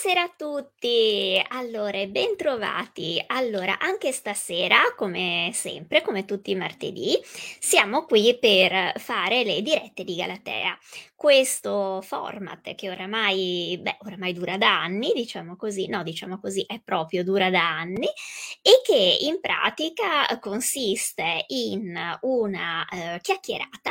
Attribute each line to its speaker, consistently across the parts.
Speaker 1: Buonasera a tutti! Allora, e bentrovati. Allora, anche stasera, come sempre, come tutti i martedì, siamo qui per fare le dirette di Galatea. Questo format che oramai dura da anni, diciamo così, no, diciamo così, è proprio dura da anni e che in pratica consiste in una chiacchierata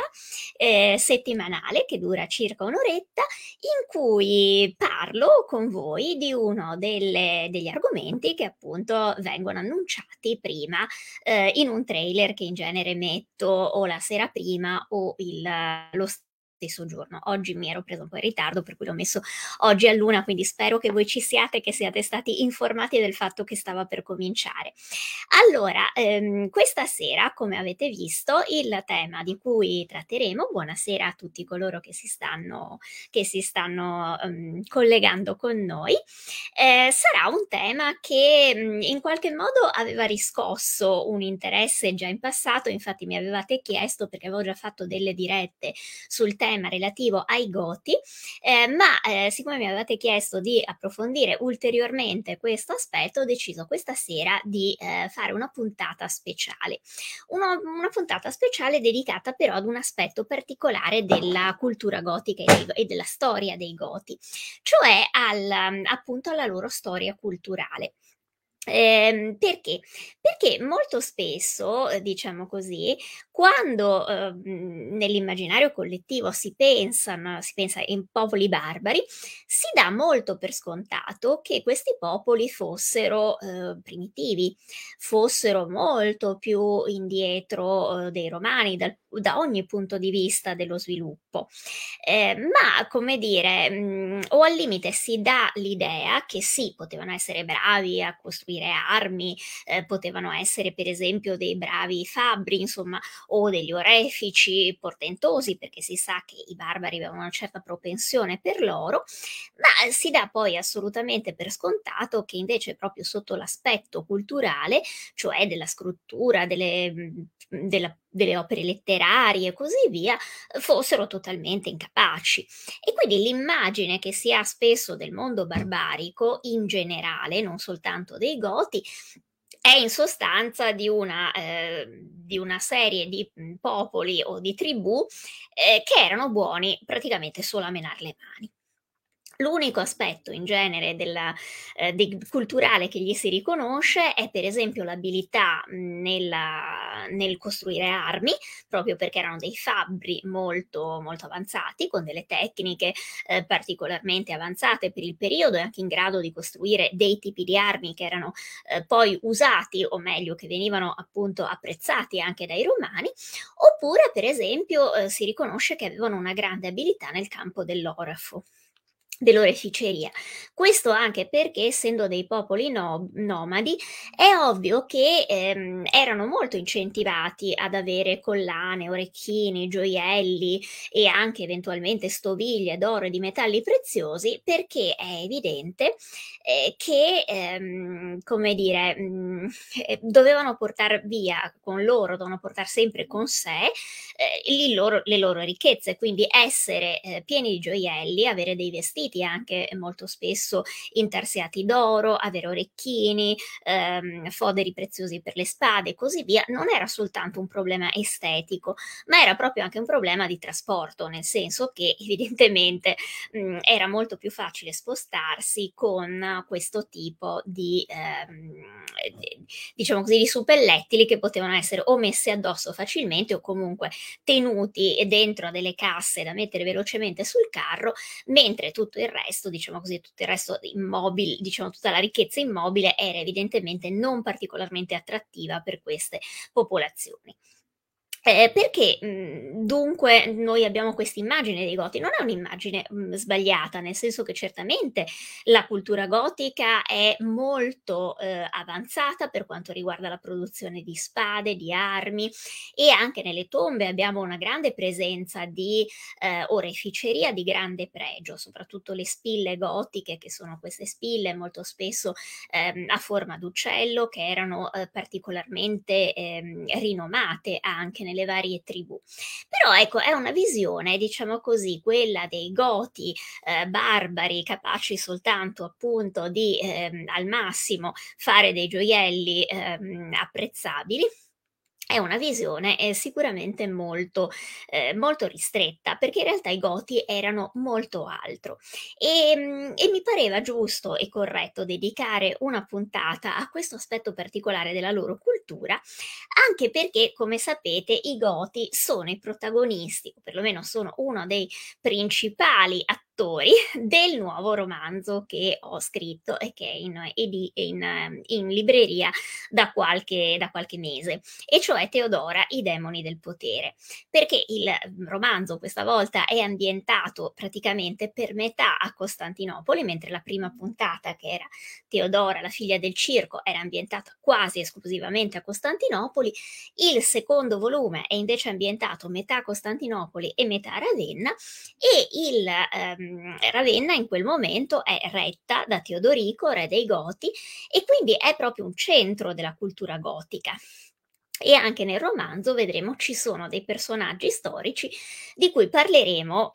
Speaker 1: settimanale che dura circa un'oretta in cui parlo con voi di degli argomenti che appunto vengono annunciati prima in un trailer che in genere metto o la sera prima o lo stesso giorno. Oggi mi ero presa un po' in ritardo, per cui l'ho messo oggi a luna, quindi spero che voi ci siate, che siate stati informati del fatto che stava per cominciare. Allora, questa sera, come avete visto, il tema di cui tratteremo, buonasera a tutti coloro che si stanno collegando con noi, sarà un tema che in qualche modo aveva riscosso un interesse già in passato, infatti mi avevate chiesto, perché avevo già fatto delle dirette sul tema relativo ai Goti, ma siccome mi avevate chiesto di approfondire ulteriormente questo aspetto, ho deciso questa sera di fare una puntata speciale. Una puntata speciale dedicata però ad un aspetto particolare della cultura gotica e della storia dei Goti, cioè appunto alla loro storia culturale. Perché? Perché molto spesso, diciamo così, quando nell'immaginario collettivo si pensa in popoli barbari, si dà molto per scontato che questi popoli fossero primitivi, fossero molto più indietro dei romani da ogni punto di vista dello sviluppo. Ma come dire, o al limite si dà l'idea che sì, potevano essere bravi a costruire armi, potevano essere per esempio dei bravi fabbri, insomma, o degli orefici portentosi, perché si sa che i barbari avevano una certa propensione per l'oro, ma si dà poi assolutamente per scontato che invece proprio sotto l'aspetto culturale, cioè della scrittura, delle opere letterarie e così via, fossero totalmente incapaci. E quindi l'immagine che si ha spesso del mondo barbarico in generale, non soltanto dei Goti, è in sostanza di una serie di popoli o di tribù che erano buoni praticamente solo a menare le mani. L'unico aspetto in genere culturale che gli si riconosce è per esempio l'abilità nel costruire armi, proprio perché erano dei fabbri molto, molto avanzati, con delle tecniche particolarmente avanzate per il periodo e anche in grado di costruire dei tipi di armi che erano poi usati, o meglio, che venivano appunto apprezzati anche dai romani, oppure per esempio si riconosce che avevano una grande abilità nel campo dell'orafo, dell'oreficeria. Questo anche perché, essendo dei popoli nomadi, è ovvio che erano molto incentivati ad avere collane, orecchini, gioielli e anche eventualmente stoviglie d'oro e di metalli preziosi, perché è evidente che, come dire, dovevano portar via con loro, dovevano portar sempre con sé le loro ricchezze, quindi essere pieni di gioielli, avere dei vestiti anche molto spesso intarsiati d'oro, avere orecchini, foderi preziosi per le spade e così via, non era soltanto un problema estetico, ma era proprio anche un problema di trasporto, nel senso che evidentemente era molto più facile spostarsi con questo tipo diciamo così, di suppellettili che potevano essere o messi addosso facilmente o comunque tenuti dentro a delle casse da mettere velocemente sul carro, mentre tutto il resto, diciamo così, tutto il resto immobile, diciamo tutta la ricchezza immobile era evidentemente non particolarmente attrattiva per queste popolazioni. Perché dunque noi abbiamo questa immagine dei Goti? Non è un'immagine sbagliata, nel senso che certamente la cultura gotica è molto avanzata per quanto riguarda la produzione di spade, di armi, e anche nelle tombe abbiamo una grande presenza di oreficeria di grande pregio, soprattutto le spille gotiche, che sono queste spille molto spesso a forma d'uccello, che erano particolarmente rinomate anche nelle varie tribù. Però ecco, è una visione, diciamo così, quella dei Goti barbari, capaci soltanto appunto di al massimo fare dei gioielli apprezzabili. È una visione sicuramente molto ristretta, perché in realtà i Goti erano molto altro. E mi pareva giusto e corretto dedicare una puntata a questo aspetto particolare della loro cultura, anche perché, come sapete, i Goti sono i protagonisti, o perlomeno sono uno dei principali attori del nuovo romanzo che ho scritto e che è in libreria da qualche mese, e cioè Teodora, i demoni del potere, perché il romanzo questa volta è ambientato praticamente per metà a Costantinopoli, mentre la prima puntata, che era Teodora, la figlia del circo, era ambientata quasi esclusivamente a Costantinopoli. Il secondo volume è invece ambientato metà a Costantinopoli e metà a Ravenna, e Ravenna in quel momento è retta da Teodorico, re dei Goti, e quindi è proprio un centro della cultura gotica. E anche nel romanzo vedremo ci sono dei personaggi storici di cui parleremo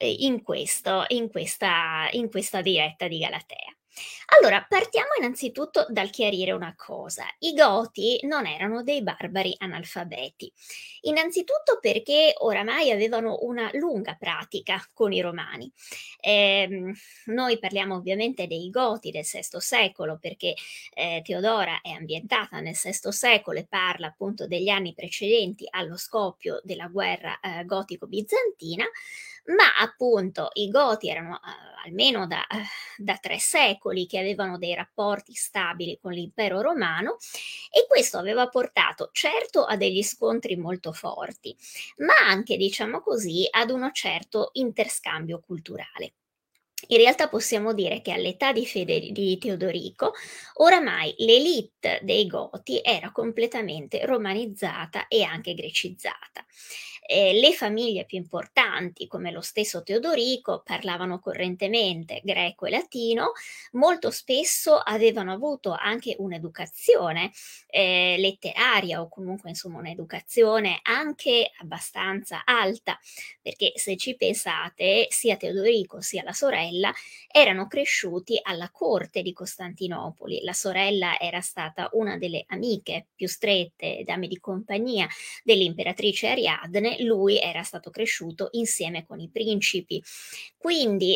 Speaker 1: in questa diretta di Galatea. Allora, partiamo innanzitutto dal chiarire una cosa. I Goti non erano dei barbari analfabeti. Innanzitutto perché oramai avevano una lunga pratica con i Romani. Ehm, Noi parliamo ovviamente dei Goti del VI secolo, perché Teodora è ambientata nel VI secolo e parla appunto degli anni precedenti allo scoppio della guerra gotico-bizantina, ma appunto i Goti erano almeno da 3 secoli che avevano dei rapporti stabili con l'impero romano, e questo aveva portato certo a degli scontri molto forti, ma anche, diciamo così, ad uno certo interscambio culturale. In realtà possiamo dire che all'età di Teodorico oramai l'élite dei Goti era completamente romanizzata e anche grecizzata. Le famiglie più importanti, come lo stesso Teodorico, parlavano correntemente greco e latino, molto spesso avevano avuto anche un'educazione letteraria, o comunque insomma un'educazione anche abbastanza alta, perché se ci pensate sia Teodorico sia la sorella erano cresciuti alla corte di Costantinopoli. La sorella era stata una delle amiche più strette, dame di compagnia dell'imperatrice Ariadne, lui era stato cresciuto insieme con i principi. Quindi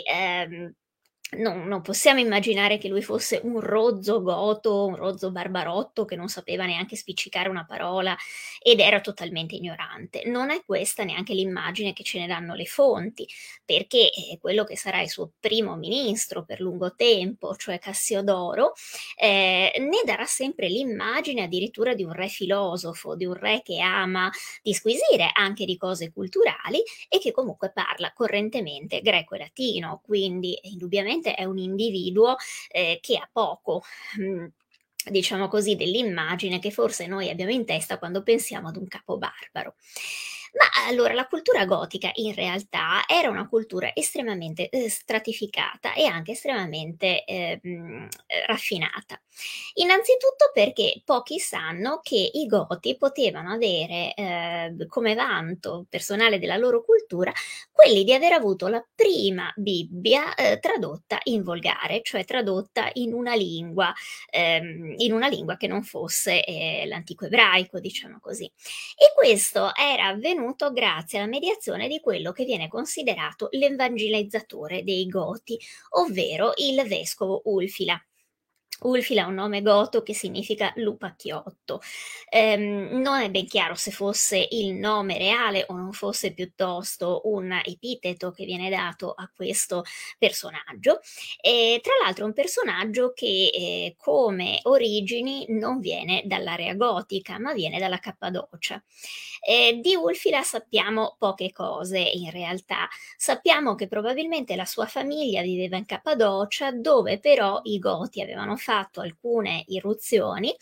Speaker 1: non possiamo immaginare che lui fosse un rozzo goto, un rozzo barbarotto che non sapeva neanche spiccicare una parola ed era totalmente ignorante. Non è questa neanche l'immagine che ce ne danno le fonti, perché quello che sarà il suo primo ministro per lungo tempo, cioè Cassiodoro, ne darà sempre l'immagine addirittura di un re filosofo, di un re che ama disquisire anche di cose culturali e che comunque parla correntemente greco e latino, quindi indubbiamente è un individuo che ha poco, mh, diciamo così, dell'immagine che forse noi abbiamo in testa quando pensiamo ad un capo barbaro. Ma allora la cultura gotica in realtà era una cultura estremamente stratificata e anche estremamente raffinata. Innanzitutto perché pochi sanno che i Goti potevano avere come vanto personale della loro cultura quelli di aver avuto la prima Bibbia tradotta in volgare, cioè tradotta in una lingua che non fosse l'antico ebraico, diciamo così. E questo era avvenuto grazie alla mediazione di quello che viene considerato l'evangelizzatore dei Goti, ovvero il vescovo Ulfila. Ulfila è un nome goto che significa lupacchiotto. Non è ben chiaro se fosse il nome reale o non fosse piuttosto un epiteto che viene dato a questo personaggio. E, tra l'altro, è un personaggio che come origini non viene dall'area gotica, ma viene dalla Cappadocia. Di Ulfila sappiamo poche cose in realtà. Sappiamo che probabilmente la sua famiglia viveva in Cappadocia, dove però i Goti avevano fatto alcune irruzioni,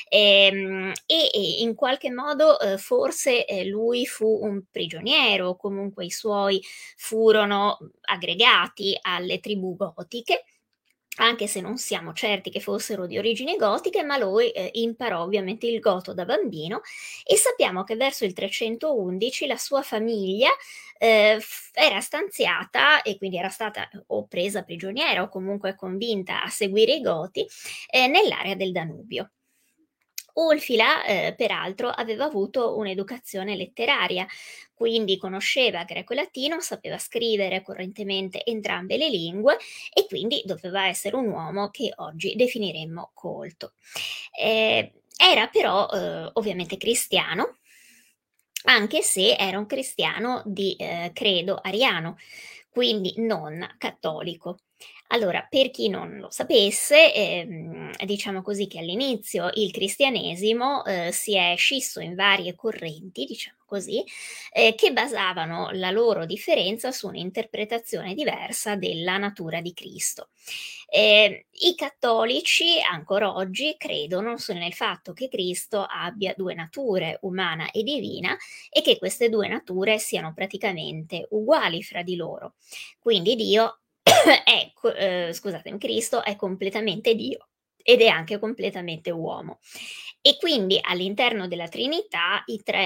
Speaker 1: e in qualche modo forse lui fu un prigioniero, o comunque i suoi furono aggregati alle tribù gotiche. anche se non siamo certi che fossero di origini gotiche, ma lui imparò ovviamente il goto da bambino e sappiamo che verso il 311 la sua famiglia era stanziata e quindi era stata o presa prigioniera o comunque convinta a seguire i Goti nell'area del Danubio. Ulfila, peraltro, aveva avuto un'educazione letteraria, quindi conosceva greco e latino, sapeva scrivere correntemente entrambe le lingue e quindi doveva essere un uomo che oggi definiremmo colto. Era però ovviamente cristiano, anche se era un cristiano di credo ariano, quindi non cattolico. Allora, per chi non lo sapesse, diciamo così che all'inizio il cristianesimo si è scisso in varie correnti, diciamo così, che basavano la loro differenza su un'interpretazione diversa della natura di Cristo. I cattolici ancora oggi credono nel fatto che Cristo abbia due nature, umana e divina, e che queste due nature siano praticamente uguali fra di loro. Quindi Dio scusatemi, Cristo è completamente Dio ed è anche completamente uomo. E quindi all'interno della Trinità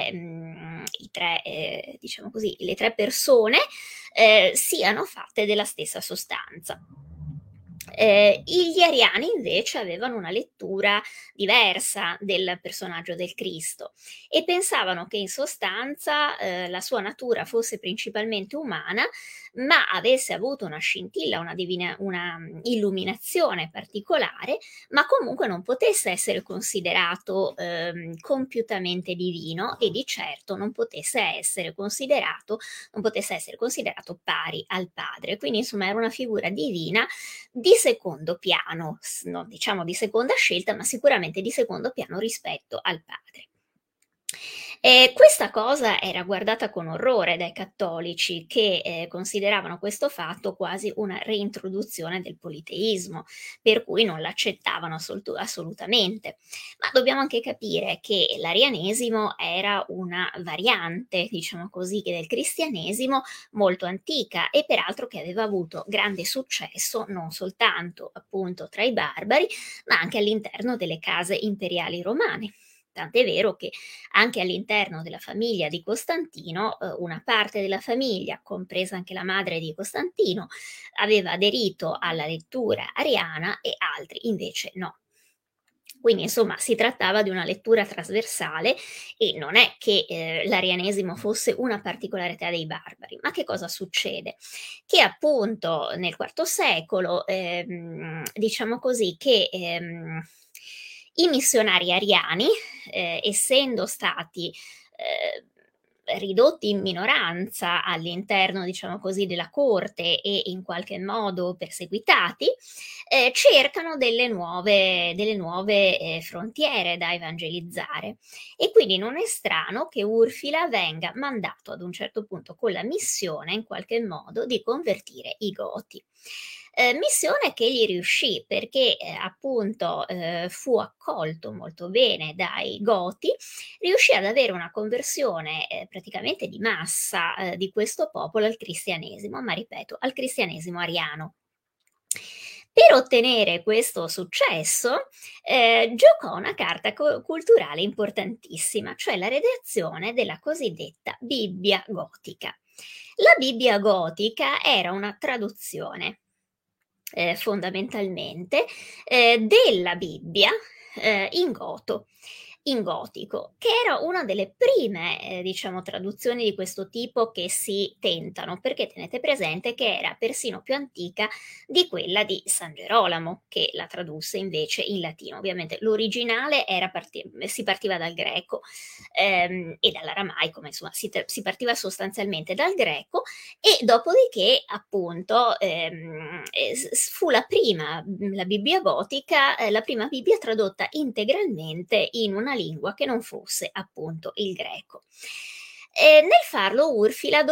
Speaker 1: diciamo così, le tre persone siano fatte della stessa sostanza. Gli ariani invece avevano una lettura diversa del personaggio del Cristo e pensavano che in sostanza la sua natura fosse principalmente umana, ma avesse avuto una scintilla, una illuminazione particolare, ma comunque non potesse essere considerato compiutamente divino e di certo non potesse essere considerato pari al Padre. Quindi insomma era una figura divina di secondo piano, non diciamo di seconda scelta, ma sicuramente di secondo piano rispetto al padre. Questa cosa era guardata con orrore dai cattolici che consideravano questo fatto quasi una reintroduzione del politeismo, per cui non l'accettavano assolutamente. Ma dobbiamo anche capire che l'arianesimo era una variante, diciamo così, del cristianesimo molto antica e peraltro che aveva avuto grande successo non soltanto appunto tra i barbari, ma anche all'interno delle case imperiali romane. Tant'è vero che anche all'interno della famiglia di Costantino, una parte della famiglia, compresa anche la madre di Costantino, aveva aderito alla lettura ariana e altri invece no. Quindi insomma si trattava di una lettura trasversale e non è che l'arianesimo fosse una particolarità dei barbari, ma che cosa succede? Che appunto nel IV secolo, diciamo così, che i missionari ariani, essendo stati ridotti in minoranza all'interno, diciamo così, della corte e in qualche modo perseguitati, cercano delle nuove frontiere da evangelizzare. E quindi non è strano che Urfila venga mandato ad un certo punto con la missione, in qualche modo, di convertire i Goti. Missione che gli riuscì perché appunto fu accolto molto bene dai Goti, riuscì ad avere una conversione praticamente di massa di questo popolo al cristianesimo, ma ripeto, al cristianesimo ariano. Per ottenere questo successo giocò una carta culturale importantissima, cioè la redazione della cosiddetta Bibbia gotica. La Bibbia gotica era una traduzione fondamentalmente della Bibbia in gotico, che era una delle prime, diciamo, traduzioni di questo tipo che si tentano, perché tenete presente che era persino più antica di quella di San Gerolamo, che la tradusse invece in latino. Ovviamente l'originale si partiva dal greco e dall'aramaico, ma insomma si partiva sostanzialmente dal greco e dopodiché appunto fu la Bibbia gotica, la prima Bibbia tradotta integralmente in una lingua che non fosse appunto il greco. Nel farlo Urfila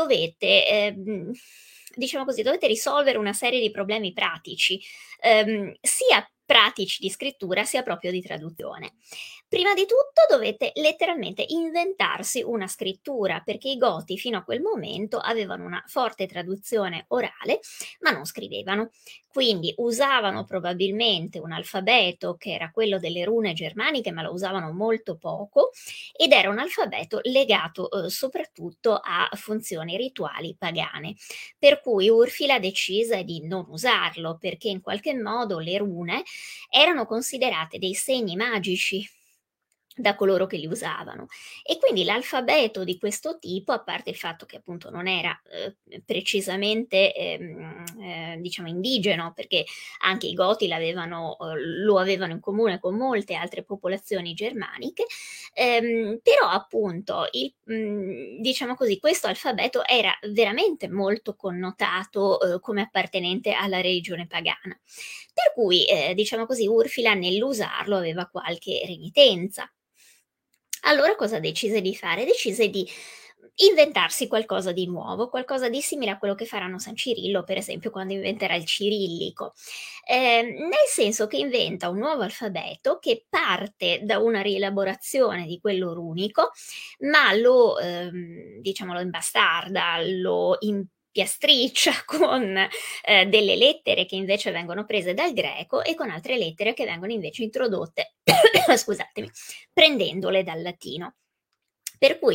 Speaker 1: diciamo così, dovete risolvere una serie di problemi pratici, sia pratici di scrittura sia proprio di traduzione. Prima di tutto dovete letteralmente inventarsi una scrittura, perché i Goti fino a quel momento avevano una forte traduzione orale, ma non scrivevano. Quindi usavano probabilmente un alfabeto che era quello delle rune germaniche, ma lo usavano molto poco, ed era un alfabeto legato soprattutto a funzioni rituali pagane. Per cui Urfila decise di non usarlo, perché in qualche modo le rune erano considerate dei segni magici da coloro che li usavano. E quindi l'alfabeto di questo tipo, a parte il fatto che appunto non era precisamente diciamo indigeno, perché anche i Goti lo avevano in comune con molte altre popolazioni germaniche, però appunto diciamo così, questo alfabeto era veramente molto connotato come appartenente alla religione pagana. Per cui, diciamo così, Urfila nell'usarlo aveva qualche renitenza. Allora cosa decise di fare? Decise di inventarsi qualcosa di nuovo, qualcosa di simile a quello che faranno San Cirillo, per esempio, quando inventerà il cirillico. Nel senso che inventa un nuovo alfabeto che parte da una rielaborazione di quello runico, ma diciamo, lo imbastarda, lo impiastriccia con delle lettere che invece vengono prese dal greco e con altre lettere che vengono invece introdotte, scusatemi, prendendole dal latino. Per cui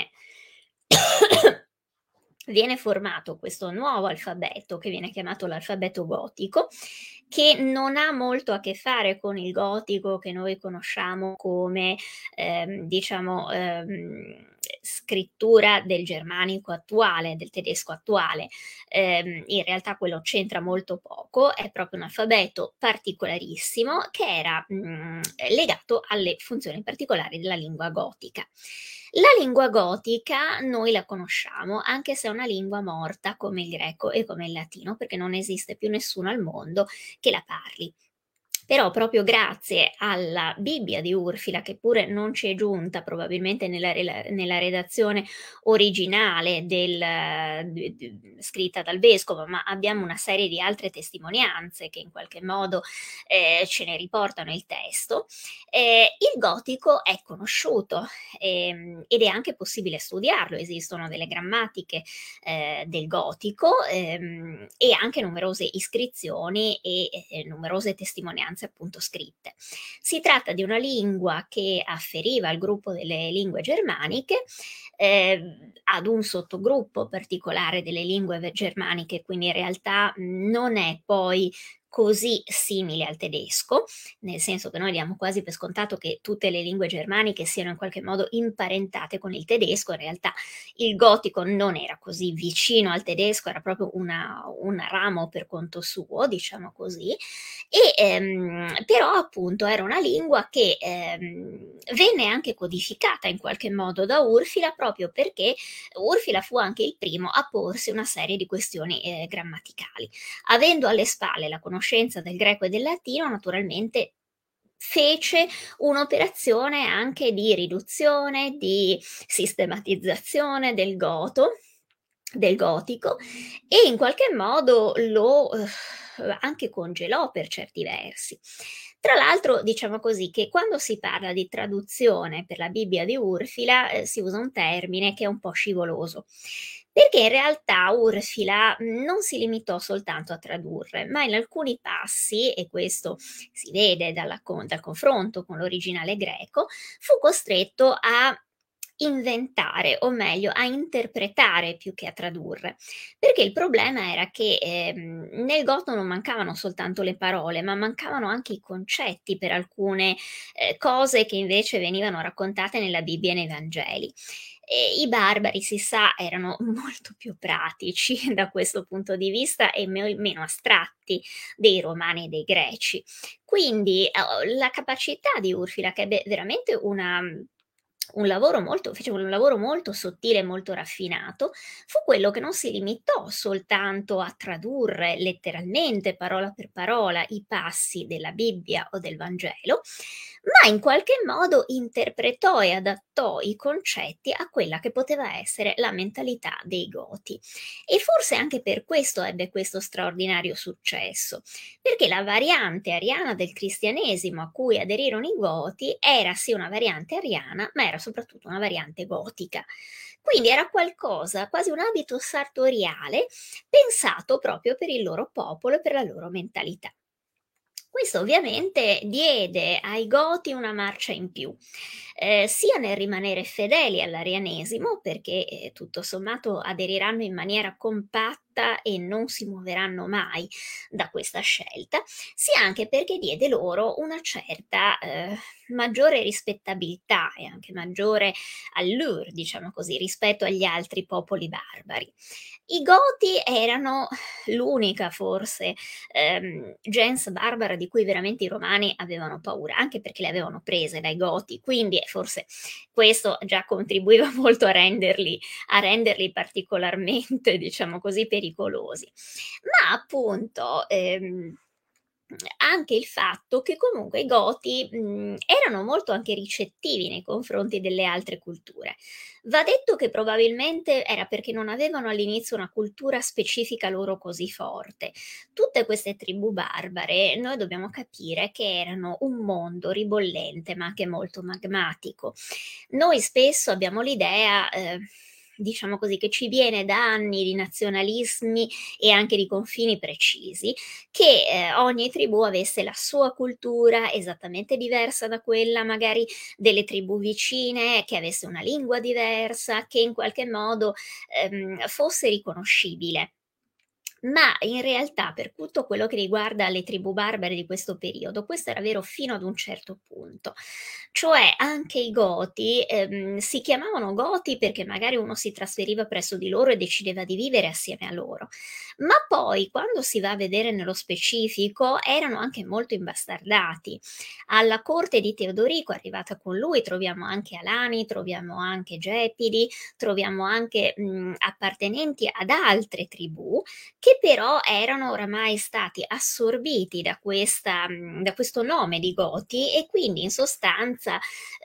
Speaker 1: viene formato questo nuovo alfabeto che viene chiamato l'alfabeto gotico, che non ha molto a che fare con il gotico che noi conosciamo come diciamo scrittura del germanico attuale, del tedesco attuale. In realtà quello c'entra molto poco, è proprio un alfabeto particolarissimo che era legato alle funzioni particolari della lingua gotica. La lingua gotica noi la conosciamo, anche se è una lingua morta come il greco e come il latino, perché non esiste più nessuno al mondo che la parli. Però proprio grazie alla Bibbia di Urfila, che pure non ci è giunta probabilmente nella redazione originale scritta dal vescovo, ma abbiamo una serie di altre testimonianze che in qualche modo ce ne riportano il testo, il gotico è conosciuto ed è anche possibile studiarlo. Esistono delle grammatiche del gotico e anche numerose iscrizioni e numerose testimonianze appunto scritte. Si tratta di una lingua che afferiva al gruppo delle lingue germaniche, ad un sottogruppo particolare delle lingue germaniche, quindi in realtà non è poi così simile al tedesco, nel senso che noi diamo quasi per scontato che tutte le lingue germaniche siano in qualche modo imparentate con il tedesco. In realtà il gotico non era così vicino al tedesco, era proprio un ramo per conto suo, diciamo così, e però appunto era una lingua che venne anche codificata in qualche modo da Urfila, proprio perché Urfila fu anche il primo a porsi una serie di questioni grammaticali. Avendo alle spalle la conoscenza del greco e del latino, naturalmente fece un'operazione anche di riduzione, di sistematizzazione del gotico, e in qualche modo lo anche congelò per certi versi. Tra l'altro, diciamo così, che quando si parla di traduzione per la Bibbia di Urfila si usa un termine che è un po' scivoloso, perché in realtà Urfila non si limitò soltanto a tradurre, ma in alcuni passi, e questo si vede dal confronto con l'originale greco, fu costretto a inventare, o meglio a interpretare più che a tradurre, perché il problema era che nel goto non mancavano soltanto le parole, ma mancavano anche i concetti per alcune cose che invece venivano raccontate nella Bibbia e nei Vangeli. E i barbari, si sa, erano molto più pratici da questo punto di vista e meno astratti dei romani e dei greci. Quindi la capacità di Urfila, che ebbe veramente fece un lavoro molto sottile e molto raffinato, fu quello che non si limitò soltanto a tradurre letteralmente, parola per parola, i passi della Bibbia o del Vangelo, ma in qualche modo interpretò e adattò i concetti a quella che poteva essere la mentalità dei Goti. E forse anche per questo ebbe questo straordinario successo, perché la variante ariana del cristianesimo a cui aderirono i Goti era sì una variante ariana, ma era soprattutto una variante gotica. Quindi era qualcosa, quasi un abito sartoriale, pensato proprio per il loro popolo e per la loro mentalità. Questo ovviamente diede ai Goti una marcia in più, sia nel rimanere fedeli all'arianesimo, perché tutto sommato aderiranno in maniera compatta e non si muoveranno mai da questa scelta, sia anche perché diede loro una certa maggiore rispettabilità e anche maggiore allure, diciamo così, rispetto agli altri popoli barbari. I Goti erano l'unica forse gens barbara di cui veramente i romani avevano paura, anche perché le avevano prese dai Goti, quindi forse questo già contribuiva molto a renderli particolarmente, diciamo così, pericolosi. Ma appunto, anche il fatto che comunque i Goti, erano molto anche ricettivi nei confronti delle altre culture. Va detto che probabilmente era perché non avevano all'inizio una cultura specifica loro così forte. Tutte queste tribù barbare, noi dobbiamo capire che erano un mondo ribollente, ma anche molto magmatico. Noi spesso abbiamo l'idea, diciamo così, che ci viene da anni di nazionalismi e anche di confini precisi, che ogni tribù avesse la sua cultura esattamente diversa da quella magari delle tribù vicine, che avesse una lingua diversa, che in qualche modo fosse riconoscibile. Ma in realtà per tutto quello che riguarda le tribù barbare di questo periodo, questo era vero fino ad un certo punto. Cioè anche i Goti, si chiamavano Goti perché magari uno si trasferiva presso di loro e decideva di vivere assieme a loro, ma poi quando si va a vedere nello specifico erano anche molto imbastardati. Alla corte di Teodorico, arrivata con lui, troviamo anche Alani, troviamo anche Gepidi, troviamo anche, appartenenti ad altre tribù che però erano oramai stati assorbiti da questo nome di Goti e quindi in sostanza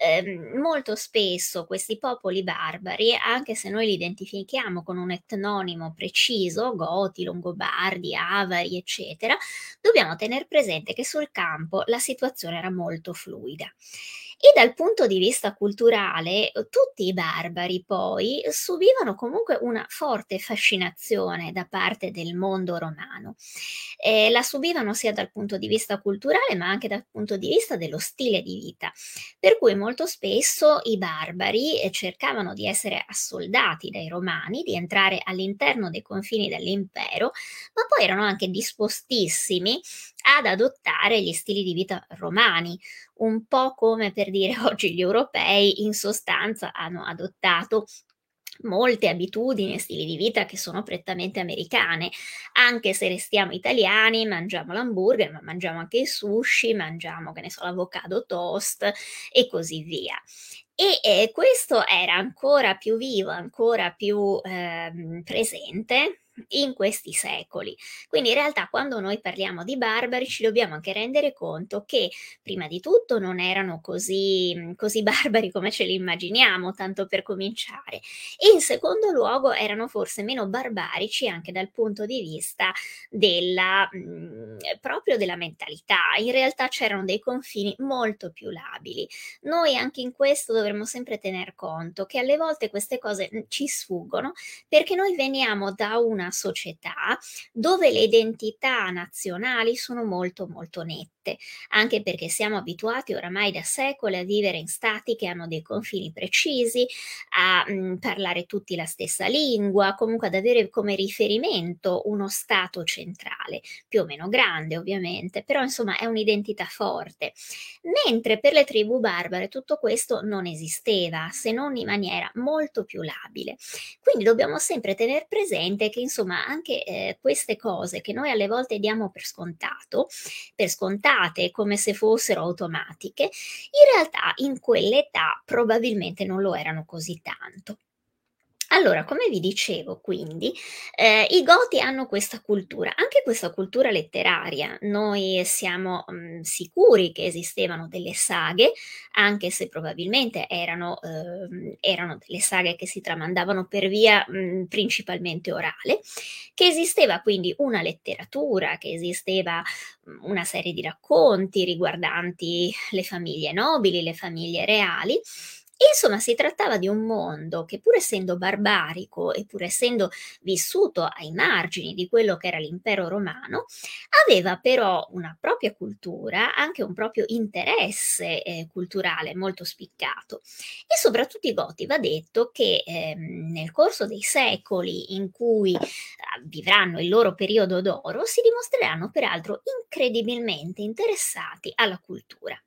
Speaker 1: molto spesso questi popoli barbari, anche se noi li identifichiamo con un etnonimo preciso, Goti, Longobardi, Avari, eccetera, dobbiamo tener presente che sul campo la situazione era molto fluida. E dal punto di vista culturale, tutti i barbari poi subivano comunque una forte fascinazione da parte del mondo romano. La subivano sia dal punto di vista culturale, ma anche dal punto di vista dello stile di vita. Per cui molto spesso i barbari cercavano di essere assoldati dai romani, di entrare all'interno dei confini dell'impero, ma poi erano anche dispostissimi ad adottare gli stili di vita romani, un po' come per dire oggi gli europei in sostanza hanno adottato molte abitudini e stili di vita che sono prettamente americane, anche se restiamo italiani, mangiamo l'hamburger, ma mangiamo anche il sushi, mangiamo, che ne so, l'avocado toast e così via. E questo era ancora più vivo, ancora più presente in questi secoli. Quindi in realtà quando noi parliamo di barbari ci dobbiamo anche rendere conto che prima di tutto non erano così barbari come ce li immaginiamo, tanto per cominciare, e in secondo luogo erano forse meno barbarici anche dal punto di vista proprio della mentalità. In realtà c'erano dei confini molto più labili. Noi anche in questo dovremmo sempre tener conto che alle volte queste cose ci sfuggono perché noi veniamo da una società dove le identità nazionali sono molto molto nette, anche perché siamo abituati oramai da secoli a vivere in stati che hanno dei confini precisi, a parlare tutti la stessa lingua, comunque ad avere come riferimento uno stato centrale, più o meno grande ovviamente, però insomma è un'identità forte. Mentre per le tribù barbare tutto questo non esisteva, se non in maniera molto più labile. Quindi dobbiamo sempre tener presente che in insomma anche queste cose che noi alle volte diamo per scontate, come se fossero automatiche, in realtà in quell'età probabilmente non lo erano così tanto. Allora, come vi dicevo quindi, i Goti hanno questa cultura, anche questa cultura letteraria. Noi siamo, sicuri che esistevano delle saghe, anche se probabilmente erano delle saghe che si tramandavano per via, principalmente orale, che esisteva quindi una letteratura, che esisteva, una serie di racconti riguardanti le famiglie nobili, le famiglie reali, e insomma si trattava di un mondo che pur essendo barbarico e pur essendo vissuto ai margini di quello che era l'impero romano, aveva però una propria cultura, anche un proprio interesse culturale molto spiccato. E soprattutto i Goti va detto che nel corso dei secoli in cui vivranno il loro periodo d'oro, si dimostreranno peraltro incredibilmente interessati alla cultura.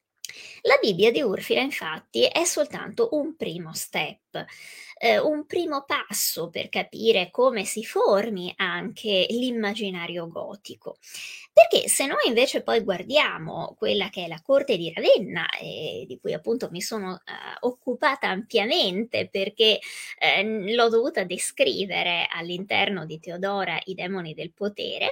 Speaker 1: La Bibbia di Urfila infatti è soltanto un primo step, un primo passo per capire come si formi anche l'immaginario gotico. Perché se noi invece poi guardiamo quella che è la corte di Ravenna, di cui appunto mi sono occupata ampiamente perché l'ho dovuta descrivere all'interno di Teodora, i demoni del potere,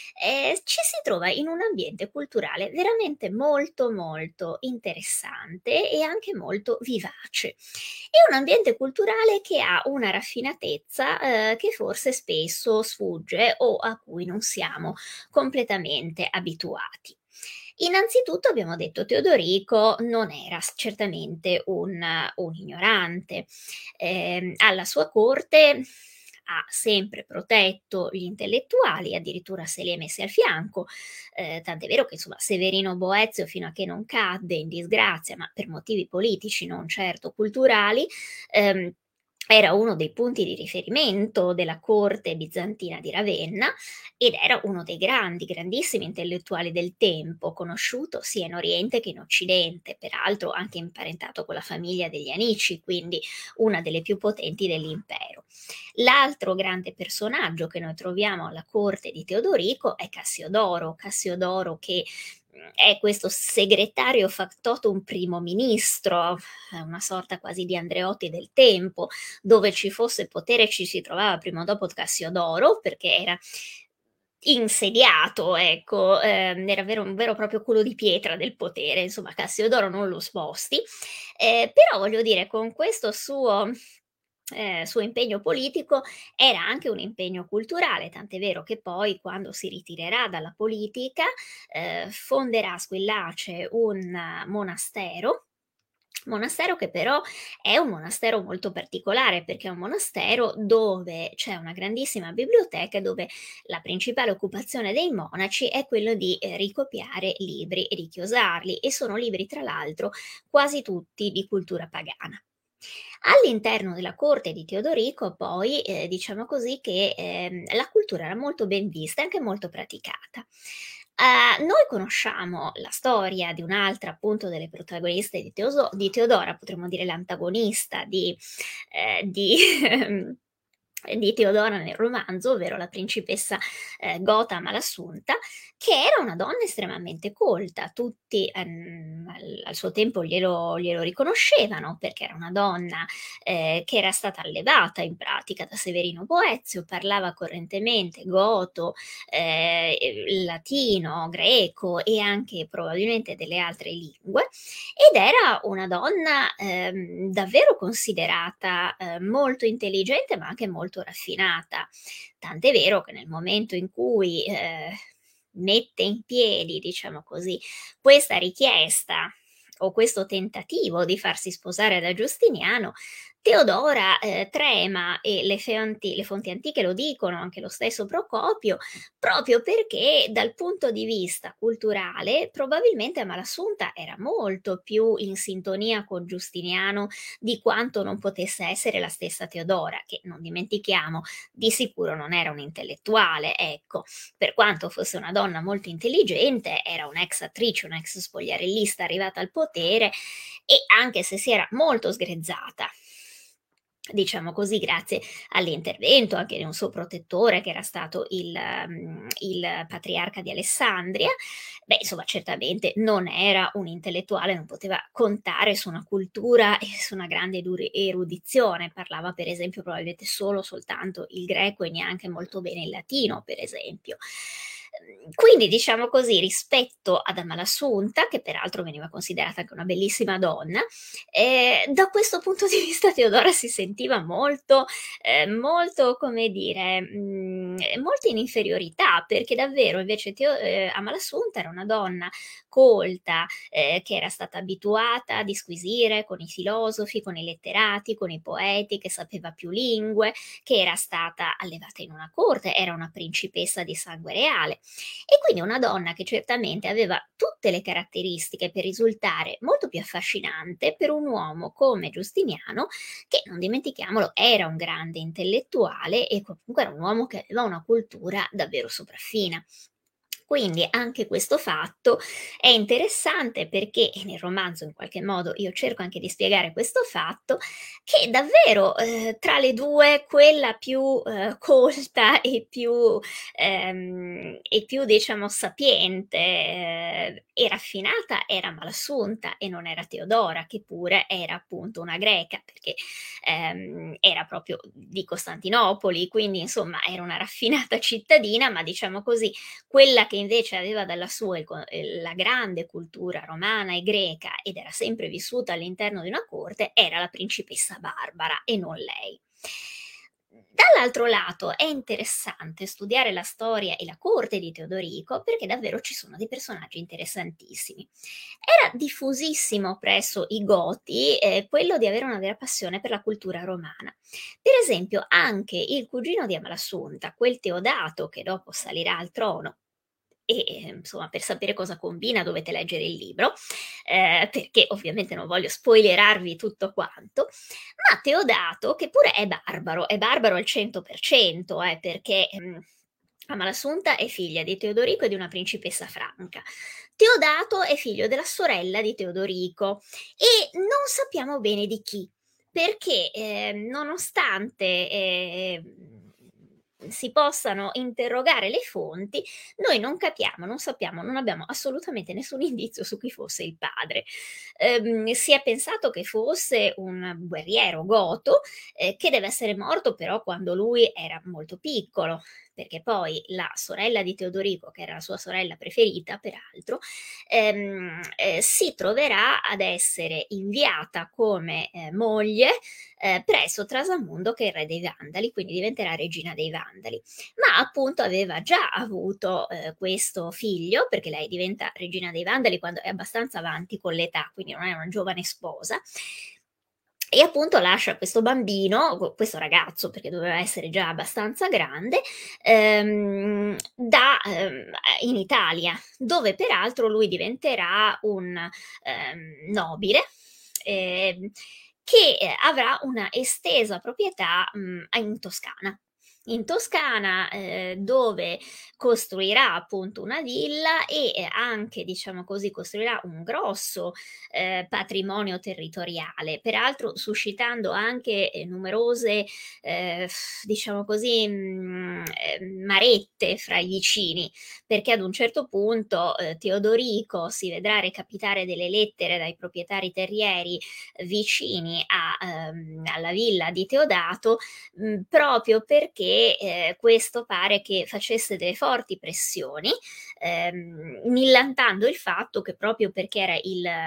Speaker 1: ci si trova in un ambiente culturale veramente molto molto interessante e anche molto vivace. È un ambiente culturale che ha una raffinatezza che forse spesso sfugge o a cui non siamo completamente abituati. Innanzitutto abbiamo detto Teodorico non era certamente un ignorante. Alla sua corte ha sempre protetto gli intellettuali, addirittura se li è messi al fianco, tant'è vero che insomma Severino Boezio fino a che non cadde in disgrazia, ma per motivi politici, non certo culturali, ehm, era uno dei punti di riferimento della corte bizantina di Ravenna ed era uno dei grandissimi intellettuali del tempo, conosciuto sia in Oriente che in Occidente, peraltro anche imparentato con la famiglia degli Anici, quindi una delle più potenti dell'impero. L'altro grande personaggio che noi troviamo alla corte di Teodorico è Cassiodoro che è questo segretario factotum primo ministro, una sorta quasi di Andreotti del tempo, dove ci fosse potere ci si trovava prima o dopo Cassiodoro, perché era insediato, ecco, era un vero e proprio culo di pietra del potere, insomma Cassiodoro non lo sposti, però voglio dire, con questo suo impegno politico era anche un impegno culturale, tant'è vero che poi quando si ritirerà dalla politica fonderà a Squillace un monastero che però è un monastero molto particolare perché è un monastero dove c'è una grandissima biblioteca e dove la principale occupazione dei monaci è quello di ricopiare libri e di chiosarli e sono libri tra l'altro quasi tutti di cultura pagana. All'interno della corte di Teodorico poi, diciamo così che, la cultura era molto ben vista e anche molto praticata. Noi conosciamo la storia di un'altra appunto delle protagoniste di Teodora, potremmo dire l'antagonista di di Teodora nel romanzo, ovvero la principessa Gota Malassunta, che era una donna estremamente colta, tutti al suo tempo glielo riconoscevano perché era una donna che era stata allevata in pratica da Severino Boezio, parlava correntemente goto, latino, greco e anche probabilmente delle altre lingue ed era una donna davvero considerata molto intelligente ma anche molto raffinata. Tant'è vero che nel momento in cui mette in piedi, diciamo così, questa richiesta o questo tentativo di farsi sposare da Giustiniano, Teodora trema e le fonti antiche lo dicono, anche lo stesso Procopio, proprio perché dal punto di vista culturale probabilmente Amalasuntha era molto più in sintonia con Giustiniano di quanto non potesse essere la stessa Teodora, che non dimentichiamo di sicuro non era un'intellettuale, ecco, per quanto fosse una donna molto intelligente, era un'ex attrice, un'ex spogliarellista arrivata al potere e anche se si era molto sgrezzata diciamo così, grazie all'intervento anche di un suo protettore che era stato il patriarca di Alessandria. Beh, insomma, certamente non era un intellettuale, non poteva contare su una cultura e su una grande erudizione. Parlava, per esempio, probabilmente solo soltanto il greco e neanche molto bene il latino, per esempio. Quindi, diciamo così, rispetto ad Amalasuntha, che peraltro veniva considerata anche una bellissima donna, da questo punto di vista Teodora si sentiva molto, molto, come dire, molto in inferiorità, perché davvero invece Amalasuntha era una donna colta, che era stata abituata a disquisire con i filosofi, con i letterati, con i poeti, che sapeva più lingue, che era stata allevata in una corte, era una principessa di sangue reale e quindi una donna che certamente aveva tutte le caratteristiche per risultare molto più affascinante per un uomo come Giustiniano, che non dimentichiamolo era un grande intellettuale e comunque era un uomo che aveva una cultura davvero sopraffina. Quindi anche questo fatto è interessante perché nel romanzo in qualche modo io cerco anche di spiegare questo fatto che davvero tra le due quella più colta e più diciamo sapiente e raffinata era Malasunta e non era Teodora che pure era appunto una greca perché era proprio di Costantinopoli, quindi insomma era una raffinata cittadina, ma diciamo così quella che invece aveva dalla sua la grande cultura romana e greca ed era sempre vissuta all'interno di una corte era la principessa Barbara e non lei. Dall'altro lato è interessante studiare la storia e la corte di Teodorico perché davvero ci sono dei personaggi interessantissimi. Era diffusissimo presso i Goti quello di avere una vera passione per la cultura romana. Per esempio, anche il cugino di Amalasuntha, quel Teodato che dopo salirà al trono, e insomma per sapere cosa combina dovete leggere il libro, perché ovviamente non voglio spoilerarvi tutto quanto, ma Teodato, che pure è barbaro al 100%, perché Amalasuntha è figlia di Teodorico e di una principessa franca. Teodato è figlio della sorella di Teodorico e non sappiamo bene di chi, perché nonostante si possano interrogare le fonti, noi non capiamo, non sappiamo, non abbiamo assolutamente nessun indizio su chi fosse il padre. Si è pensato che fosse un guerriero goto che deve essere morto però quando lui era molto piccolo, perché poi la sorella di Teodorico, che era la sua sorella preferita peraltro, si troverà ad essere inviata come moglie presso Trasamundo che è il re dei Vandali, quindi diventerà regina dei Vandali. Ma appunto aveva già avuto questo figlio, perché lei diventa regina dei Vandali quando è abbastanza avanti con l'età, quindi non è una giovane sposa. E appunto lascia questo bambino, questo ragazzo, perché doveva essere già abbastanza grande, in Italia, dove peraltro lui diventerà un nobile. ehm, che avrà una estesa proprietà in Toscana. In Toscana, dove costruirà appunto una villa e anche, diciamo così, costruirà un grosso patrimonio territoriale, peraltro suscitando anche numerose, diciamo così, marette fra i vicini, perché ad un certo punto Teodorico si vedrà recapitare delle lettere dai proprietari terrieri vicini alla villa di Teodato, proprio perché questo pare che facesse delle forti pressioni, millantando il fatto che proprio perché era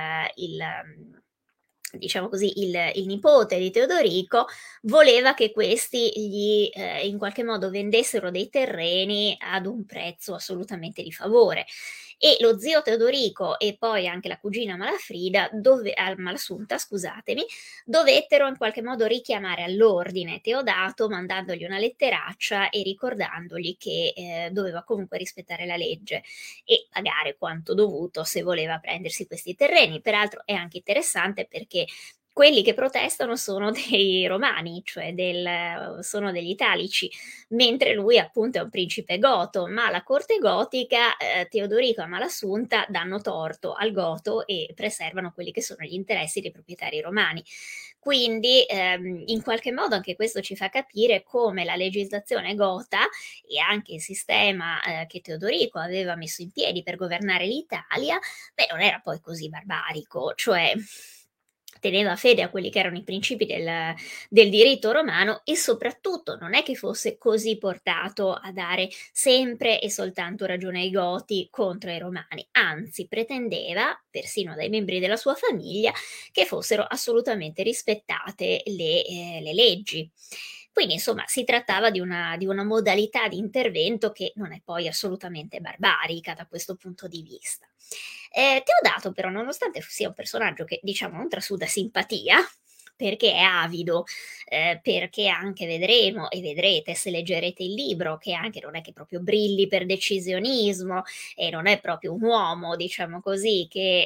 Speaker 1: diciamo così, il nipote di Teodorico, voleva che questi gli in qualche modo vendessero dei terreni ad un prezzo assolutamente di favore. E lo zio Teodorico e poi anche la cugina Malafrida, Malasunta, scusatemi, dovettero in qualche modo richiamare all'ordine Teodato mandandogli una letteraccia e ricordandogli che doveva comunque rispettare la legge e pagare quanto dovuto se voleva prendersi questi terreni. Peraltro è anche interessante perché quelli che protestano sono dei romani, cioè sono degli italici, mentre lui appunto è un principe goto, ma la corte gotica, Teodorico e Amalasuntha danno torto al goto e preservano quelli che sono gli interessi dei proprietari romani. Quindi in qualche modo anche questo ci fa capire come la legislazione gota e anche il sistema che Teodorico aveva messo in piedi per governare l'Italia, beh, non era poi così barbarico, cioè teneva fede a quelli che erano i principi del diritto romano e soprattutto non è che fosse così portato a dare sempre e soltanto ragione ai Goti contro i Romani, anzi pretendeva, persino dai membri della sua famiglia, che fossero assolutamente rispettate le leggi. Quindi insomma si trattava di una modalità di intervento che non è poi assolutamente barbarica da questo punto di vista. Teodato però, nonostante sia un personaggio che diciamo non trasuda simpatia, perché è avido, perché anche vedremo e vedrete se leggerete il libro che anche non è che proprio brilli per decisionismo e non è proprio un uomo, diciamo così, che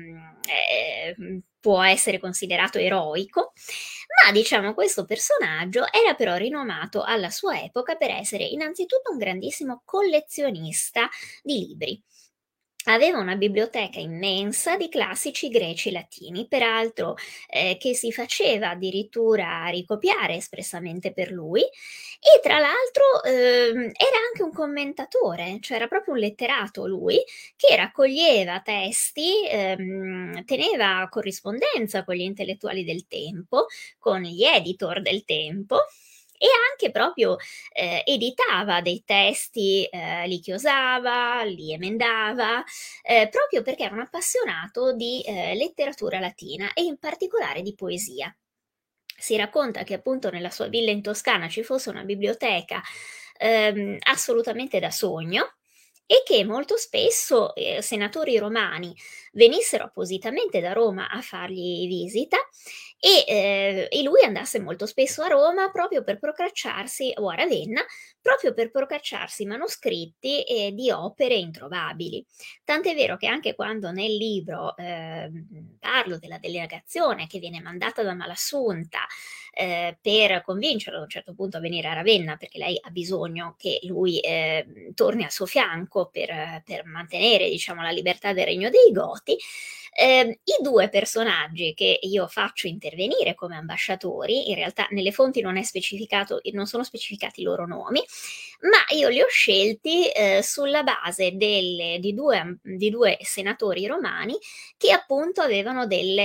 Speaker 1: può essere considerato eroico, ma diciamo questo personaggio era però rinomato alla sua epoca per essere innanzitutto un grandissimo collezionista di libri. Aveva una biblioteca immensa di classici greci e latini, peraltro che si faceva addirittura ricopiare espressamente per lui, e tra l'altro era anche un commentatore, cioè era proprio un letterato lui, che raccoglieva testi, teneva corrispondenza con gli intellettuali del tempo, con gli editor del tempo, e anche proprio editava dei testi, li chiosava, li emendava, proprio perché era un appassionato di letteratura latina e in particolare di poesia. Si racconta che appunto nella sua villa in Toscana ci fosse una biblioteca assolutamente da sogno e che molto spesso senatori romani venissero appositamente da Roma a fargli visita e lui andasse molto spesso a Roma proprio per procacciarsi, o a Ravenna, proprio per procacciarsi manoscritti di opere introvabili. Tant'è vero che anche quando nel libro parlo della delegazione che viene mandata da Malassunta per convincerlo a un certo punto a venire a Ravenna, perché lei ha bisogno che lui torni al suo fianco per mantenere, diciamo, la libertà del regno dei Goti, i due personaggi che io faccio intervenire come ambasciatori, in realtà nelle fonti non è specificato, non sono specificati i loro nomi, ma io li ho scelti sulla base di due senatori romani che appunto avevano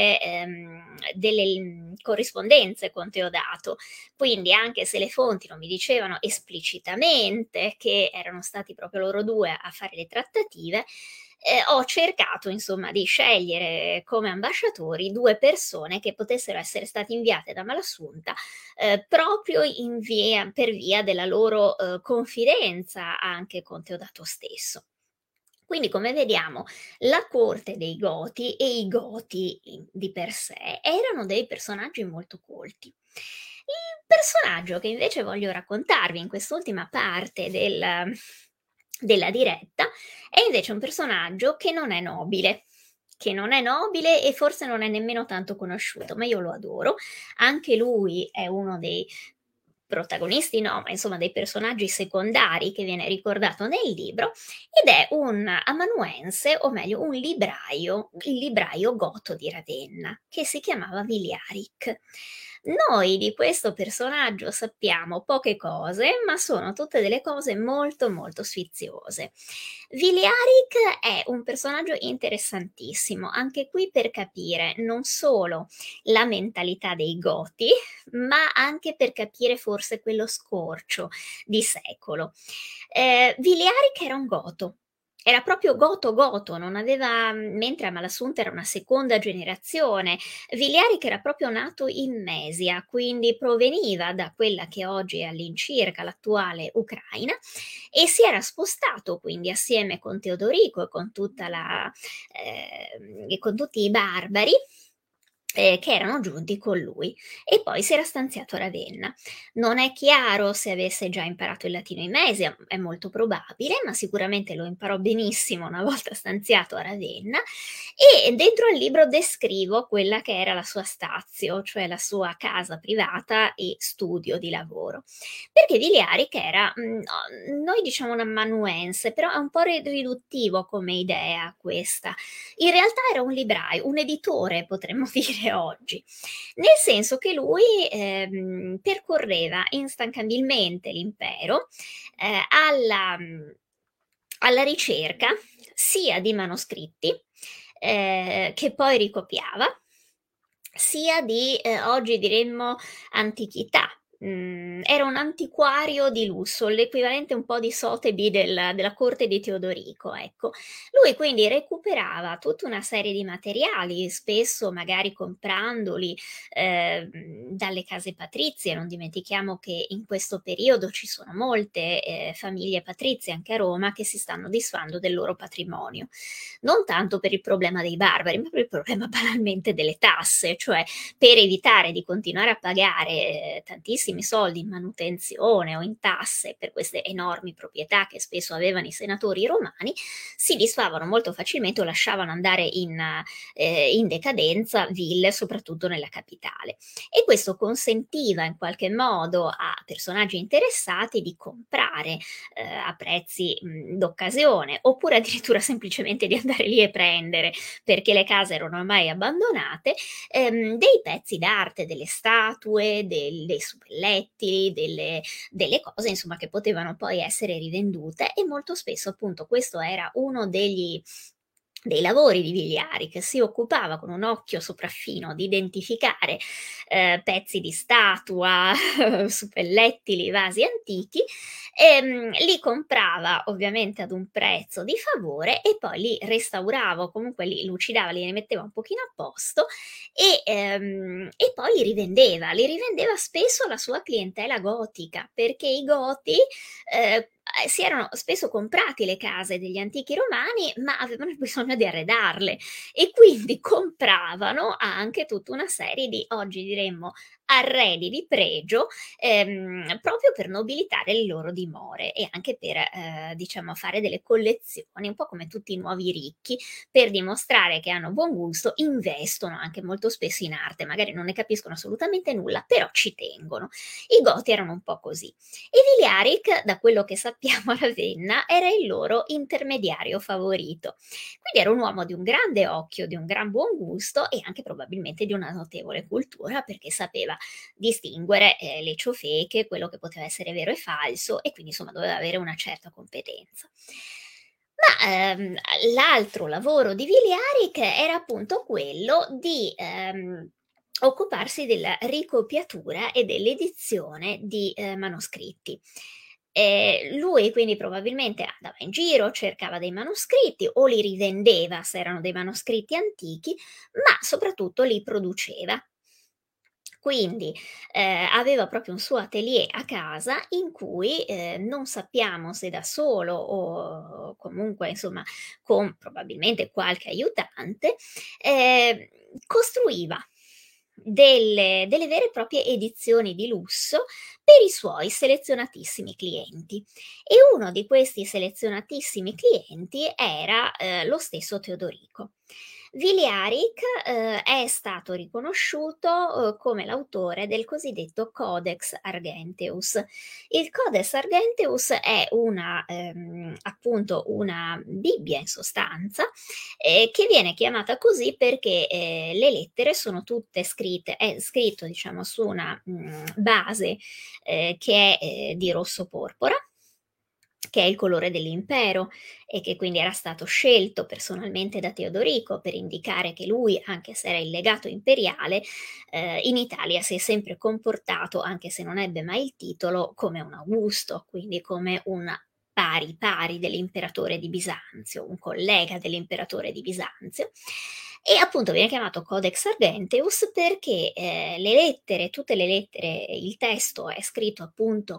Speaker 1: delle corrispondenze con Teodato. Quindi anche se le fonti non mi dicevano esplicitamente che erano stati proprio loro due a fare le trattative, ho cercato insomma di scegliere come ambasciatori due persone che potessero essere state inviate da Malassunta proprio per via della loro confidenza anche con Teodato stesso. Quindi, come vediamo, la corte dei Goti e i Goti di per sé erano dei personaggi molto colti. Il personaggio che invece voglio raccontarvi in quest'ultima parte della diretta è invece un personaggio che non è nobile e forse non è nemmeno tanto conosciuto, ma io lo adoro. Anche lui è uno dei protagonisti, no, ma insomma dei personaggi secondari che viene ricordato nel libro ed è un amanuense, o meglio un libraio, il libraio goto di Ravenna, che si chiamava Viliaric. Noi di questo personaggio sappiamo poche cose, ma sono tutte delle cose molto molto sfiziose. Viliaric è un personaggio interessantissimo, anche qui per capire non solo la mentalità dei Goti, ma anche per capire forse quello scorcio di secolo. Viliaric era un goto. Era proprio goto, non aveva, mentre Amalasuntha era una seconda generazione, Viliaric era proprio nato in Mesia, quindi proveniva da quella che oggi è all'incirca l'attuale Ucraina e si era spostato quindi assieme con Teodorico e con tutti i barbari che erano giunti con lui e poi si era stanziato a Ravenna. Non è chiaro se avesse già imparato il latino in Mesia, è molto probabile, ma sicuramente lo imparò benissimo una volta stanziato a Ravenna e dentro al libro descrivo quella che era la sua stazio, cioè la sua casa privata e studio di lavoro. Perché Vigliari, che era, noi diciamo un amanuense, però è un po' riduttivo come idea questa. In realtà era un libraio, un editore potremmo dire oggi, nel senso che lui percorreva instancabilmente l'impero alla ricerca sia di manoscritti che poi ricopiava, sia di, oggi diremmo, antichità. Era un antiquario di lusso, l'equivalente un po' di Sotheby della corte di Teodorico, ecco. Lui quindi recuperava tutta una serie di materiali, spesso magari comprandoli dalle case patrizie. Non dimentichiamo che in questo periodo ci sono molte famiglie patrizie anche a Roma che si stanno disfando del loro patrimonio, non tanto per il problema dei barbari, ma per il problema banalmente delle tasse, cioè per evitare di continuare a pagare tantissimi soldi in manutenzione o in tasse per queste enormi proprietà che spesso avevano i senatori romani, si disfavano molto facilmente o lasciavano andare in decadenza ville, soprattutto nella capitale. E questo consentiva in qualche modo a personaggi interessati di comprare a prezzi d'occasione, oppure addirittura semplicemente di andare lì e prendere, perché le case erano ormai abbandonate, dei pezzi d'arte, delle statue, dei suppellettili, delle cose insomma che potevano poi essere rivendute, e molto spesso appunto questo era uno dei lavori di Vigliari, che si occupava con un occhio sopraffino di identificare pezzi di statua, suppellettili, vasi antichi, li comprava ovviamente ad un prezzo di favore e poi li restaurava o comunque li lucidava, li rimetteva un pochino a posto e poi li rivendeva spesso alla sua clientela gotica, perché i goti si erano spesso comprati le case degli antichi romani, ma avevano bisogno di arredarle e quindi compravano anche tutta una serie di, oggi diremmo, arredi di pregio, proprio per nobilitare le loro dimore e anche per, diciamo, fare delle collezioni, un po' come tutti i nuovi ricchi, per dimostrare che hanno buon gusto, investono anche molto spesso in arte, magari non ne capiscono assolutamente nulla, però ci tengono. I Goti erano un po' così. E Vigliaric, da quello che sappiamo a Ravenna, era il loro intermediario favorito. Quindi era un uomo di un grande occhio, di un gran buon gusto e anche probabilmente di una notevole cultura, perché sapeva distinguere le ciofeche, quello che poteva essere vero e falso, e quindi insomma doveva avere una certa competenza. Ma l'altro lavoro di Vigliaric era appunto quello di occuparsi della ricopiatura e dell'edizione di manoscritti. Lui quindi probabilmente andava in giro, cercava dei manoscritti o li rivendeva se erano dei manoscritti antichi, ma soprattutto li produceva. Quindi aveva proprio un suo atelier a casa in cui non sappiamo se da solo o comunque insomma con probabilmente qualche aiutante, costruiva delle vere e proprie edizioni di lusso per i suoi selezionatissimi clienti. E uno di questi selezionatissimi clienti era lo stesso Teodorico. Vigliaric è stato riconosciuto come l'autore del cosiddetto Codex Argenteus. Il Codex Argenteus è appunto una Bibbia in sostanza, che viene chiamata così perché le lettere sono tutte scritte, è scritto diciamo su una base che è di rosso porpora, che è il colore dell'impero e che quindi era stato scelto personalmente da Teodorico per indicare che lui, anche se era il legato imperiale, in Italia si è sempre comportato, anche se non ebbe mai il titolo, come un Augusto, quindi come un pari pari dell'imperatore di Bisanzio, un collega dell'imperatore di Bisanzio. E appunto viene chiamato Codex Argenteus perché le lettere, tutte le lettere, il testo è scritto appunto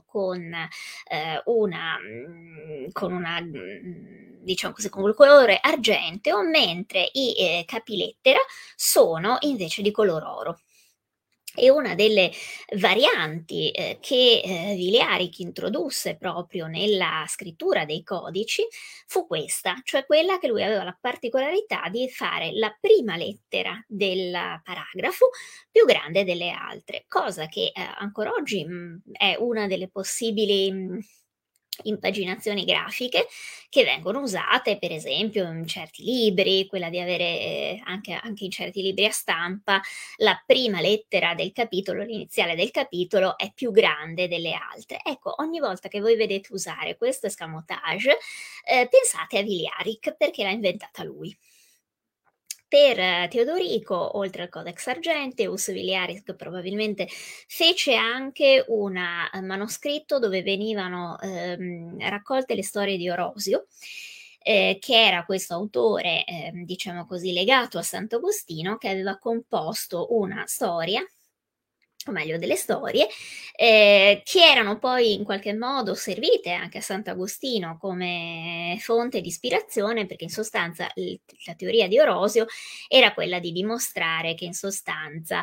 Speaker 1: con una diciamo così, con il colore argenteo, mentre i capilettera sono invece di color oro. E una delle varianti, che, Viliaric introdusse proprio nella scrittura dei codici fu questa, cioè quella che lui aveva la particolarità di fare la prima lettera del paragrafo più grande delle altre, cosa che, ancora oggi, è una delle possibili, impaginazioni grafiche che vengono usate, per esempio, in certi libri, quella di avere, anche in certi libri a stampa, la prima lettera del capitolo, l'iniziale del capitolo, è più grande delle altre. Ecco, ogni volta che voi vedete usare questo escamotage, pensate a Viliaric perché l'ha inventata lui. Per Teodorico, oltre al Codex Argenteus, Viliaric probabilmente fece anche una manoscritto dove venivano raccolte le storie di Orosio, che era questo autore, diciamo così, legato a Sant'Agostino, che aveva composto una storia, o meglio delle storie, che erano poi in qualche modo servite anche a Sant'Agostino come fonte di ispirazione, perché in sostanza la teoria di Orosio era quella di dimostrare che in sostanza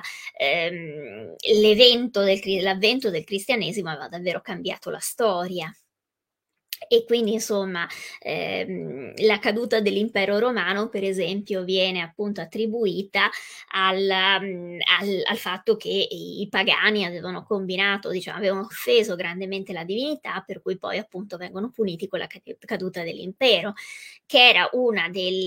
Speaker 1: l'avvento del cristianesimo aveva davvero cambiato la storia. E quindi insomma la caduta dell'impero romano, per esempio, viene appunto attribuita al fatto che i pagani avevano combinato, diciamo, avevano offeso grandemente la divinità, per cui poi appunto vengono puniti con la caduta dell'impero, che era una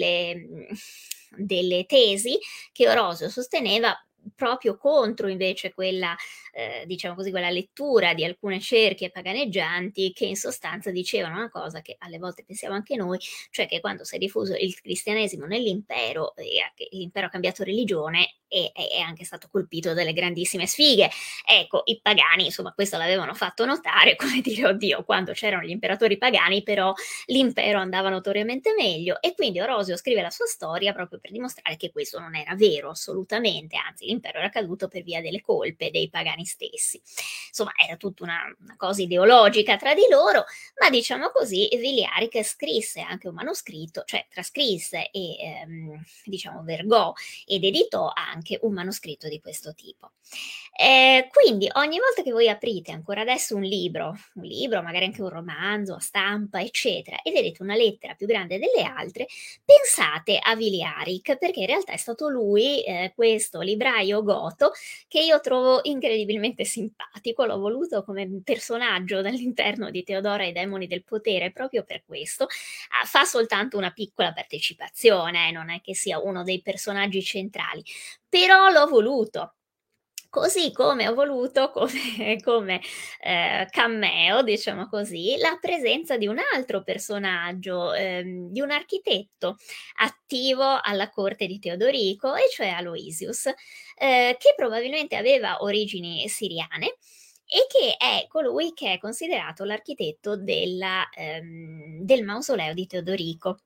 Speaker 1: delle tesi che Orosio sosteneva proprio contro invece quella, diciamo così, quella lettura di alcune cerchie paganeggianti che in sostanza dicevano una cosa che alle volte pensiamo anche noi, cioè che quando si è diffuso il cristianesimo nell'impero, l'impero ha cambiato religione e è anche stato colpito dalle grandissime sfighe. Ecco, i pagani, insomma, questo l'avevano fatto notare, come dire, oddio, quando c'erano gli imperatori pagani, però l'impero andava notoriamente meglio, e quindi Orosio scrive la sua storia proprio per dimostrare che questo non era vero assolutamente, anzi l'impero era caduto per via delle colpe dei pagani stessi. Insomma, era tutta una cosa ideologica tra di loro, ma diciamo così, Viliaric scrisse anche un manoscritto, cioè trascrisse e diciamo vergò ed editò anche un manoscritto di questo tipo. Quindi ogni volta che voi aprite ancora adesso un libro, magari anche un romanzo a stampa, eccetera, e vedete una lettera più grande delle altre, pensate a Viliaric, perché in realtà è stato lui, questo libraio goto, che io trovo incredibilmente simpatico, l'ho voluto come personaggio dall'interno di Teodora e i demoni del potere proprio per questo. Fa soltanto una piccola partecipazione, non è che sia uno dei personaggi centrali, però l'ho voluto. Così come ho voluto, come cameo, diciamo così, la presenza di un altro personaggio, di un architetto attivo alla corte di Teodorico, e cioè Aloysius, che probabilmente aveva origini siriane e che è colui che è considerato l'architetto del mausoleo di Teodorico.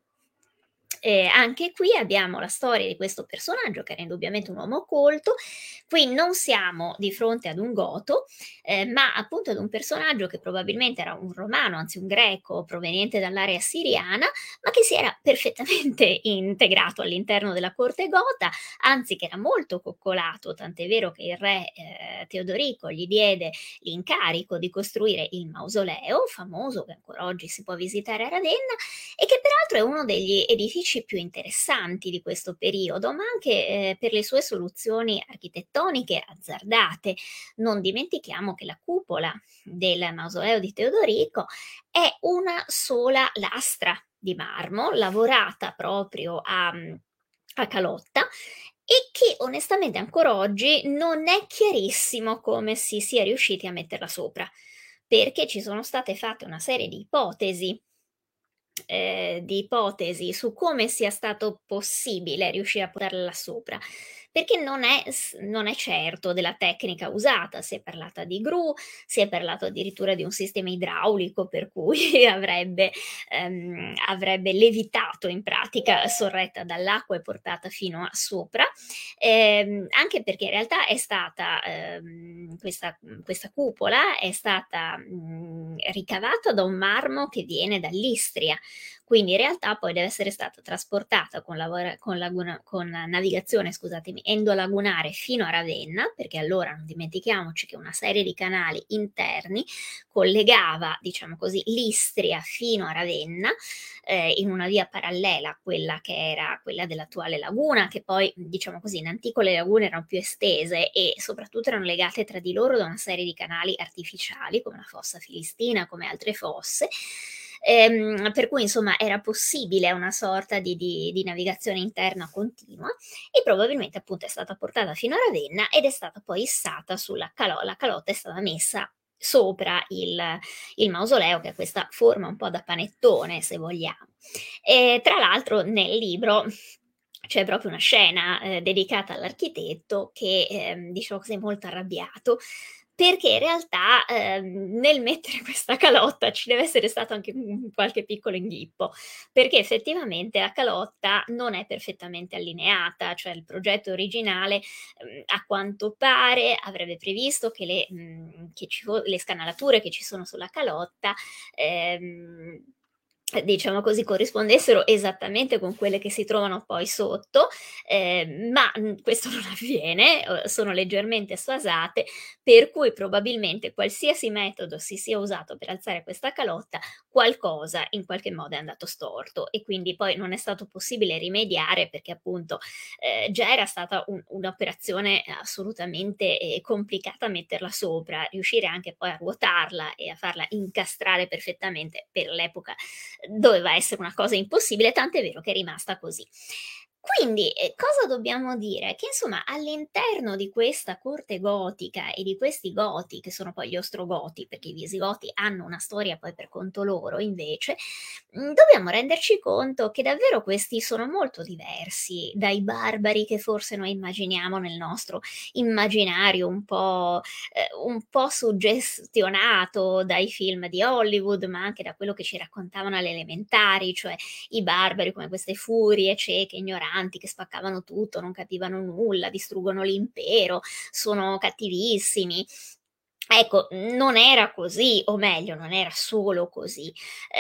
Speaker 1: Anche qui abbiamo la storia di questo personaggio che era indubbiamente un uomo colto. Qui non siamo di fronte ad un goto, ma appunto ad un personaggio che probabilmente era un romano, anzi un greco proveniente dall'area siriana, ma che si era perfettamente integrato all'interno della corte gota, anzi che era molto coccolato, tant'è vero che il re Teodorico gli diede l'incarico di costruire il mausoleo, famoso, che ancora oggi si può visitare a Ravenna, e che peraltro è uno degli edifici più interessanti di questo periodo, ma anche per le sue soluzioni architettoniche azzardate. Non dimentichiamo che la cupola del mausoleo di Teodorico è una sola lastra di marmo lavorata proprio a calotta, e che onestamente ancora oggi non è chiarissimo come si sia riusciti a metterla sopra, perché ci sono state fatte una serie di ipotesi su come sia stato possibile riuscire a portarla là sopra, perché non è certo della tecnica usata. Si è parlata di gru, si è parlato addirittura di un sistema idraulico per cui avrebbe levitato in pratica, sorretta dall'acqua e portata fino a sopra, anche perché in realtà è stata questa cupola è stata ricavata da un marmo che viene dall'Istria, Quindi in realtà poi deve essere stata trasportata con navigazione, scusatemi, endolagunare fino a Ravenna, perché allora non dimentichiamoci che una serie di canali interni collegava, diciamo così, l'Istria fino a Ravenna, in una via parallela a quella che era quella dell'attuale laguna, che poi, diciamo così, in antico le lagune erano più estese e soprattutto erano legate tra di loro da una serie di canali artificiali, come la fossa Filistina, come altre fosse. Per cui insomma era possibile una sorta di navigazione interna continua e probabilmente appunto è stata portata fino a Ravenna ed è stata poi issata la calotta è stata messa sopra il mausoleo, che ha questa forma un po' da panettone, se vogliamo. E tra l'altro nel libro c'è proprio una scena dedicata all'architetto che, diciamo così, è molto arrabbiato perché in realtà nel mettere questa calotta ci deve essere stato anche qualche piccolo inghippo, perché effettivamente la calotta non è perfettamente allineata, cioè il progetto originale a quanto pare avrebbe previsto che le scanalature che ci sono sulla calotta ehm, diciamo così, corrispondessero esattamente con quelle che si trovano poi sotto, ma questo non avviene, sono leggermente sfasate, per cui probabilmente qualsiasi metodo si sia usato per alzare questa calotta, qualcosa in qualche modo è andato storto e quindi poi non è stato possibile rimediare perché appunto già era stata un'operazione assolutamente complicata metterla sopra, riuscire anche poi a ruotarla e a farla incastrare perfettamente per l'epoca doveva essere una cosa impossibile, tant'è vero che è rimasta così. Quindi, cosa dobbiamo dire? Che insomma all'interno di questa corte gotica e di questi goti, che sono poi gli ostrogoti, perché i visigoti hanno una storia poi per conto loro invece, dobbiamo renderci conto che davvero questi sono molto diversi dai barbari che forse noi immaginiamo nel nostro immaginario un po' suggestionato dai film di Hollywood, ma anche da quello che ci raccontavano alle elementari, cioè i barbari come queste furie cieche, ignoranti, che spaccavano tutto, non capivano nulla, distruggono l'impero, sono cattivissimi. Ecco, non era così, o meglio, non era solo così.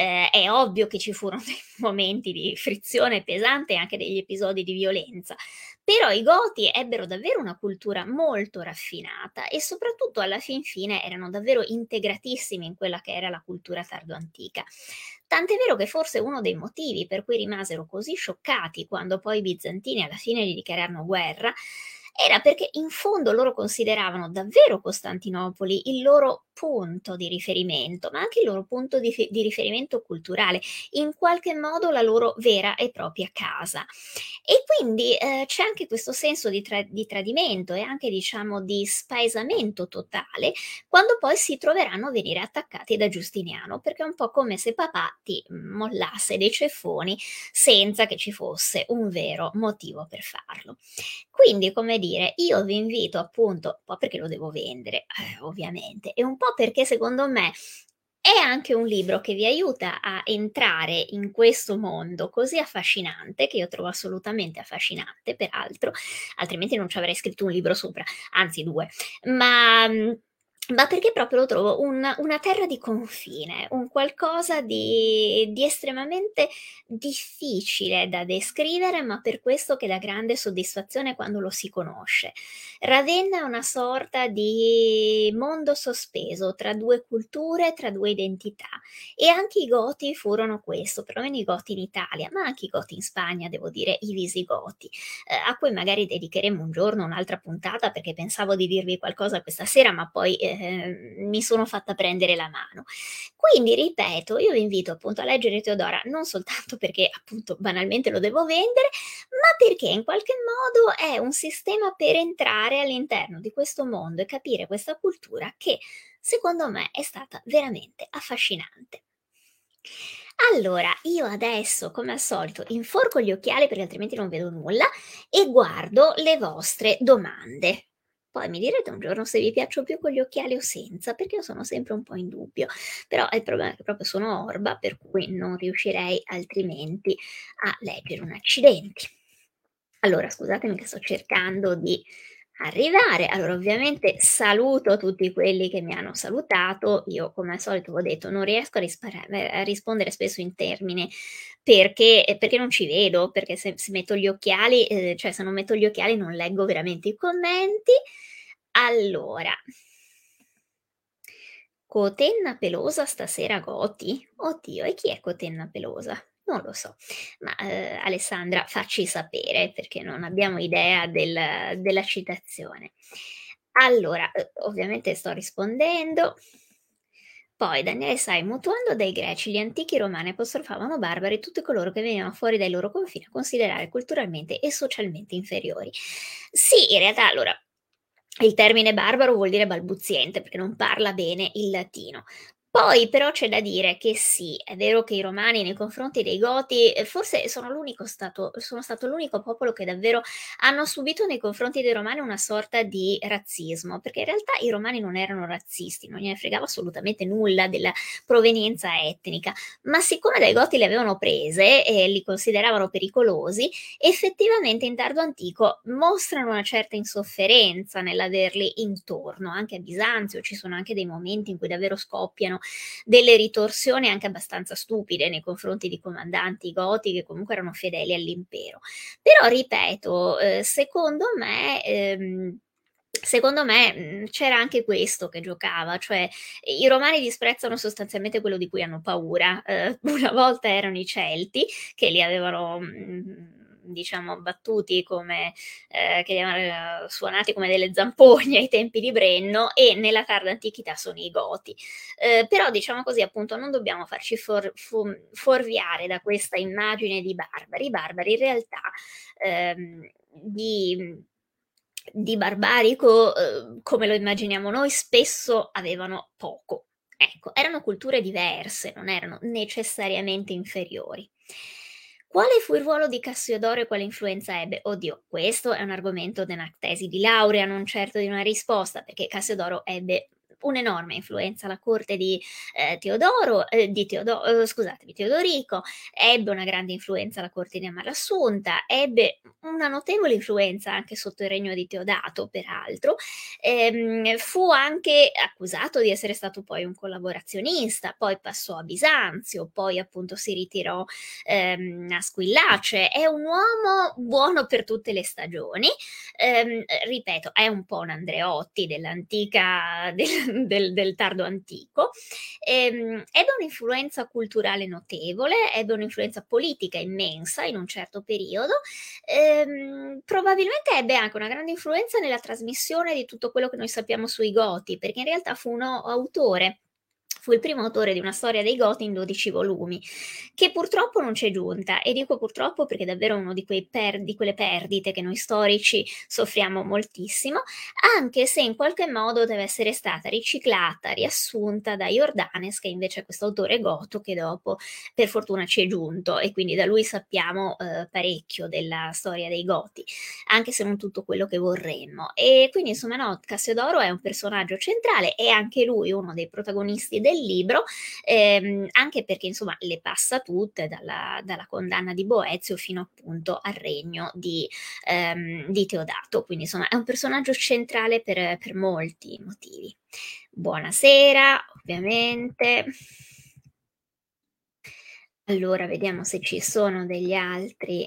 Speaker 1: È ovvio che ci furono dei momenti di frizione pesante e anche degli episodi di violenza, però i Goti ebbero davvero una cultura molto raffinata e soprattutto alla fin fine erano davvero integratissimi in quella che era la cultura tardo-antica. Tant'è vero che forse uno dei motivi per cui rimasero così scioccati quando poi i bizantini alla fine gli dichiararono guerra era perché in fondo loro consideravano davvero Costantinopoli il loro punto di riferimento, ma anche il loro punto di riferimento culturale, in qualche modo la loro vera e propria casa. E quindi c'è anche questo senso di tradimento e anche diciamo di spaesamento totale quando poi si troveranno a venire attaccati da Giustiniano, perché è un po' come se papà ti mollasse dei ceffoni senza che ci fosse un vero motivo per farlo. Quindi, come dire, io vi invito appunto, un po' perché lo devo vendere, ovviamente, e un po' perché secondo me è anche un libro che vi aiuta a entrare in questo mondo così affascinante, che io trovo assolutamente affascinante, peraltro, altrimenti non ci avrei scritto un libro sopra, anzi due, ma, ma perché proprio lo trovo una terra di confine, un qualcosa di estremamente difficile da descrivere, ma per questo che dà grande soddisfazione quando lo si conosce. Ravenna è una sorta di mondo sospeso tra due culture, tra due identità. E anche i Goti furono questo, perlomeno i Goti in Italia, ma anche i Goti in Spagna, devo dire, i Visigoti, a cui magari dedicheremo un giorno un'altra puntata perché pensavo di dirvi qualcosa questa sera, ma poi mi sono fatta prendere la mano. Quindi, ripeto, io vi invito appunto a leggere Teodora non soltanto perché appunto banalmente lo devo vendere, ma perché in qualche modo è un sistema per entrare all'interno di questo mondo e capire questa cultura che secondo me è stata veramente affascinante. Allora, io adesso, come al solito, inforco gli occhiali perché altrimenti non vedo nulla e guardo le vostre domande. Poi mi direte un giorno se vi piaccio più con gli occhiali o senza, perché io sono sempre un po' in dubbio. Però il problema è che proprio sono orba, per cui non riuscirei altrimenti a leggere un accidenti. Allora, scusatemi che sto cercando di arrivare. Allora ovviamente saluto tutti quelli che mi hanno salutato. Io come al solito ho detto non riesco a rispondere spesso in termini perché non ci vedo, perché se metto gli occhiali cioè se non metto gli occhiali non leggo veramente i commenti. Allora, Cotenna Pelosa stasera goti? Oddio, e chi è Cotenna Pelosa? Non lo so, ma Alessandra facci sapere perché non abbiamo idea della citazione. Allora, ovviamente sto rispondendo. Poi Daniele sai, mutuando dai greci, gli antichi romani apostrofavano barbari tutti coloro che venivano fuori dai loro confini a considerare culturalmente e socialmente inferiori. Sì, in realtà allora il termine barbaro vuol dire balbuziente perché non parla bene il latino. Poi però c'è da dire che sì, è vero che i romani nei confronti dei Goti forse sono stato l'unico popolo che davvero hanno subito nei confronti dei romani una sorta di razzismo, perché in realtà i romani non erano razzisti, non gliene fregava assolutamente nulla della provenienza etnica, ma siccome dai Goti le avevano prese e li consideravano pericolosi, effettivamente in tardo antico mostrano una certa insofferenza nell'averli intorno. Anche a Bisanzio ci sono anche dei momenti in cui davvero scoppiano delle ritorsioni anche abbastanza stupide nei confronti di comandanti goti che comunque erano fedeli all'impero. Però ripeto, secondo me c'era anche questo che giocava, cioè i romani disprezzano sostanzialmente quello di cui hanno paura. Una volta erano i Celti che li avevano diciamo battuti come che li avevano suonati come delle zampogne ai tempi di Brenno e nella tarda antichità sono i Goti. Però diciamo così appunto non dobbiamo farci fuorviare da questa immagine di barbari. I barbari in realtà di barbarico, come lo immaginiamo noi, spesso avevano poco. Ecco, erano culture diverse, non erano necessariamente inferiori. Quale fu il ruolo di Cassiodoro e quale influenza ebbe? Oddio, questo è un argomento di una tesi di laurea, non certo di una risposta, perché Cassiodoro ebbe un'enorme influenza alla corte di Teodorico, ebbe una grande influenza alla corte di Amarassunta, ebbe una notevole influenza anche sotto il regno di Teodato, peraltro. Fu anche accusato di essere stato poi un collaborazionista, poi passò a Bisanzio, poi appunto si ritirò a Squillace. È un uomo buono per tutte le stagioni. Ripeto, è un po' un Andreotti dell'antica, del tardo antico. Ebbe un'influenza culturale notevole, ebbe un'influenza politica immensa in un certo periodo, probabilmente ebbe anche una grande influenza nella trasmissione di tutto quello che noi sappiamo sui Goti, perché in realtà fu il primo autore di una storia dei Goti in 12 volumi, che purtroppo non c'è giunta, e dico purtroppo perché è davvero uno di quelle perdite che noi storici soffriamo moltissimo, anche se in qualche modo deve essere stata riciclata, riassunta da Jordanes, che invece è questo autore goto che dopo per fortuna ci è giunto, e quindi da lui sappiamo parecchio della storia dei Goti, anche se non tutto quello che vorremmo. E quindi insomma no, Cassiodoro è un personaggio centrale, e anche lui uno dei protagonisti del libro, anche perché insomma le passa tutte dalla condanna di Boezio fino appunto al regno di Teodato, quindi insomma è un personaggio centrale per molti motivi. Buonasera, ovviamente. Allora, vediamo se ci sono degli altri.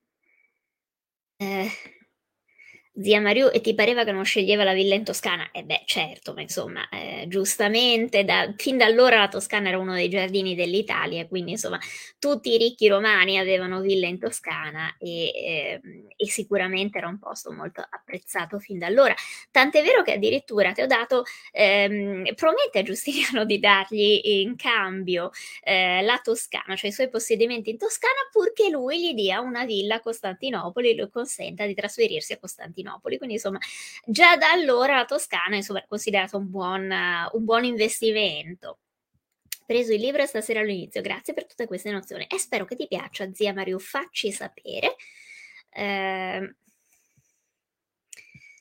Speaker 1: Eh, Zia Mariù, e ti pareva che non sceglieva la villa in Toscana? Eh beh, certo, ma insomma, giustamente, fin da allora la Toscana era uno dei giardini dell'Italia, quindi insomma, tutti i ricchi romani avevano ville in Toscana e sicuramente era un posto molto apprezzato fin da allora. Tant'è vero che addirittura Teodato promette a Giustiniano di dargli in cambio la Toscana, cioè i suoi possedimenti in Toscana, purché lui gli dia una villa a Costantinopoli e lo consenta di trasferirsi a Costantinopoli. Quindi, insomma, già da allora la Toscana insomma, è considerata un buon investimento. Preso il libro stasera all'inizio, grazie per tutte queste nozioni e spero che ti piaccia, zia Mario, facci sapere. Eh,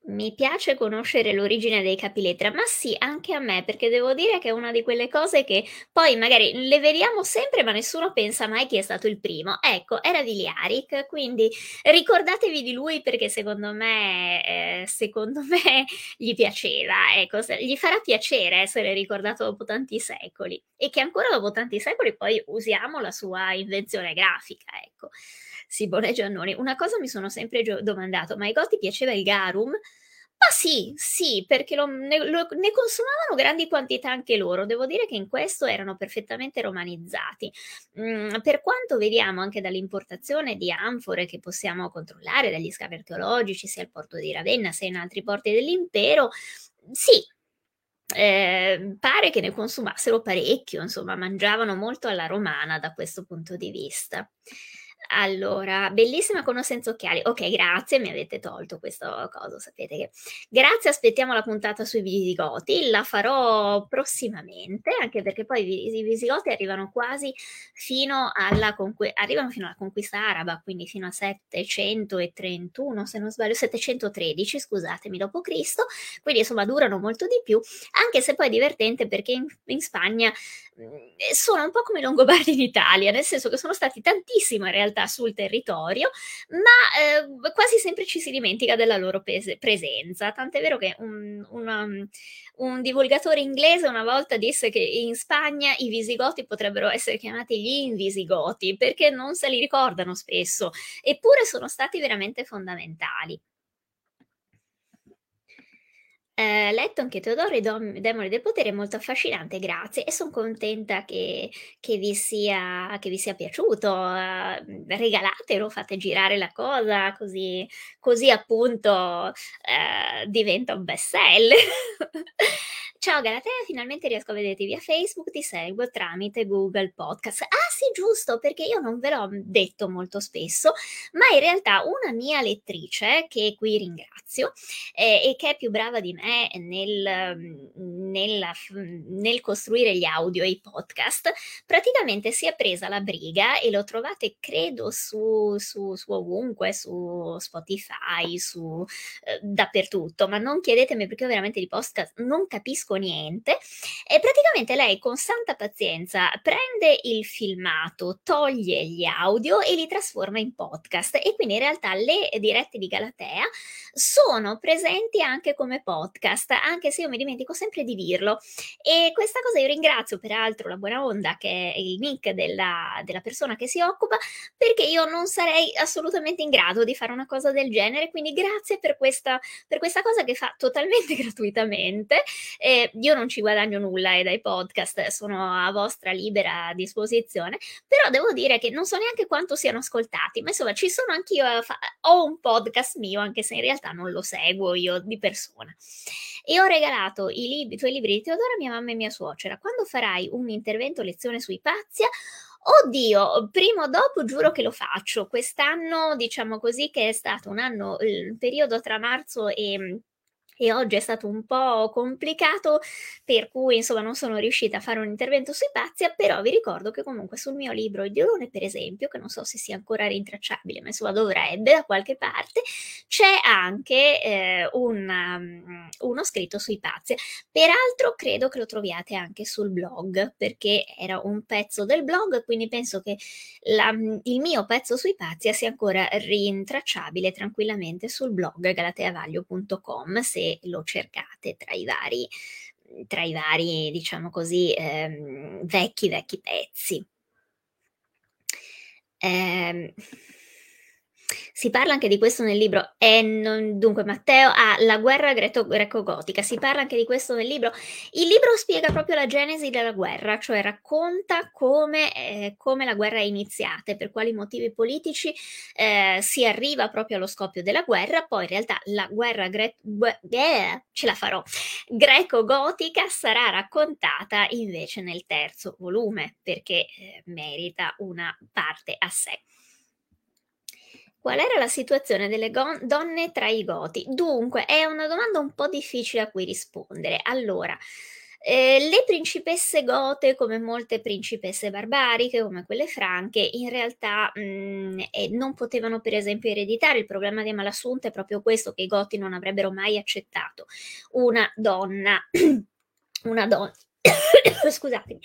Speaker 1: Mi piace conoscere l'origine dei capilettera, ma sì, anche a me, perché devo dire che è una di quelle cose che poi magari le vediamo sempre, ma nessuno pensa mai chi è stato il primo. Ecco, era Vigliaric, quindi ricordatevi di lui perché secondo me gli piaceva, ecco, gli farà piacere essere ricordato dopo tanti secoli e che ancora dopo tanti secoli poi usiamo la sua invenzione grafica, ecco. Simone Giannoni. Una cosa mi sono sempre domandato, ma ai Goti piaceva il garum? Ma sì, sì, perché ne consumavano grandi quantità anche loro. Devo dire che in questo erano perfettamente romanizzati. Per quanto vediamo anche dall'importazione di anfore che possiamo controllare dagli scavi archeologici, sia al porto di Ravenna sia in altri porti dell'impero, sì, pare che ne consumassero parecchio, insomma, mangiavano molto alla romana da questo punto di vista. Allora, bellissima con o senza occhiali. Ok, grazie, mi avete tolto questo coso, sapete che. Grazie, aspettiamo la puntata sui Visigoti, la farò prossimamente, anche perché poi i Visigoti arrivano quasi arrivano fino alla conquista araba, quindi fino a 731, se non sbaglio, 713, scusatemi, dopo Cristo, quindi insomma durano molto di più, anche se poi è divertente perché in Spagna sono un po' come i Longobardi in Italia, nel senso che sono stati tantissimo in realtà sul territorio, ma quasi sempre ci si dimentica della loro presenza. Tant'è vero che un divulgatore inglese una volta disse che in Spagna i visigoti potrebbero essere chiamati gli invisigoti perché non se li ricordano spesso, eppure sono stati veramente fondamentali. Letto anche Teodoro e Demone del Potere, molto affascinante, grazie, e sono contenta che vi sia piaciuto. Regalatelo, fate girare la cosa, così appunto diventa un best seller. Ciao Galatea, finalmente riesco a vederti via Facebook, ti seguo tramite Google Podcast. Ah sì, giusto, perché io non ve l'ho detto molto spesso, ma in realtà una mia lettrice, che qui ringrazio, e che è più brava di me nel costruire gli audio e i podcast, praticamente si è presa la briga e lo trovate credo su ovunque, su Spotify, dappertutto, ma non chiedetemi perché io veramente di podcast non capisco niente. E praticamente lei con santa pazienza prende il filmato, toglie gli audio e li trasforma in podcast e quindi in realtà le dirette di Galatea sono presenti anche come podcast, anche se io mi dimentico sempre di dirlo. E questa cosa io ringrazio peraltro la Buona Onda, che è il nick della persona che si occupa, perché io non sarei assolutamente in grado di fare una cosa del genere, quindi grazie per questa cosa che fa totalmente gratuitamente. Io non ci guadagno nulla dai podcast, sono a vostra libera disposizione, però devo dire che non so neanche quanto siano ascoltati, ma insomma ci sono anch'io, ho un podcast mio, anche se in realtà non lo seguo io di persona. E ho regalato i tuoi libri di Teodora a mia mamma e mia suocera. Quando farai un intervento lezione su Ipazia, oddio, prima o dopo giuro che lo faccio. Quest'anno, diciamo così, che è stato un anno, il periodo tra marzo e oggi è stato un po' complicato, per cui insomma non sono riuscita a fare un intervento sui Pazia, però vi ricordo che comunque sul mio libro Il Diodone, per esempio, che non so se sia ancora rintracciabile, ma insomma dovrebbe da qualche parte, c'è anche uno scritto sui Pazia. Peraltro credo che lo troviate anche sul blog, perché era un pezzo del blog, quindi penso che il mio pezzo sui Pazia sia ancora rintracciabile tranquillamente sul blog galateavaglio.com se lo cercate tra i vari, diciamo così, vecchi pezzi. Ehm, si parla anche di questo nel libro, dunque Matteo ha la guerra greco-gotica, si parla anche di questo nel libro. Il libro spiega proprio la genesi della guerra, cioè racconta come la guerra è iniziata e per quali motivi politici si arriva proprio allo scoppio della guerra. Poi in realtà la guerra ce la farò, greco-gotica sarà raccontata invece nel terzo volume perché merita una parte a sé. Qual era la situazione delle donne tra i Goti? Dunque, è una domanda un po' difficile a cui rispondere. Allora, Le principesse gote, come molte principesse barbariche, come quelle franche, in realtà, non potevano per esempio ereditare. Il problema di Amalasuntha è proprio questo, che i goti non avrebbero mai accettato una donna una don scusatemi.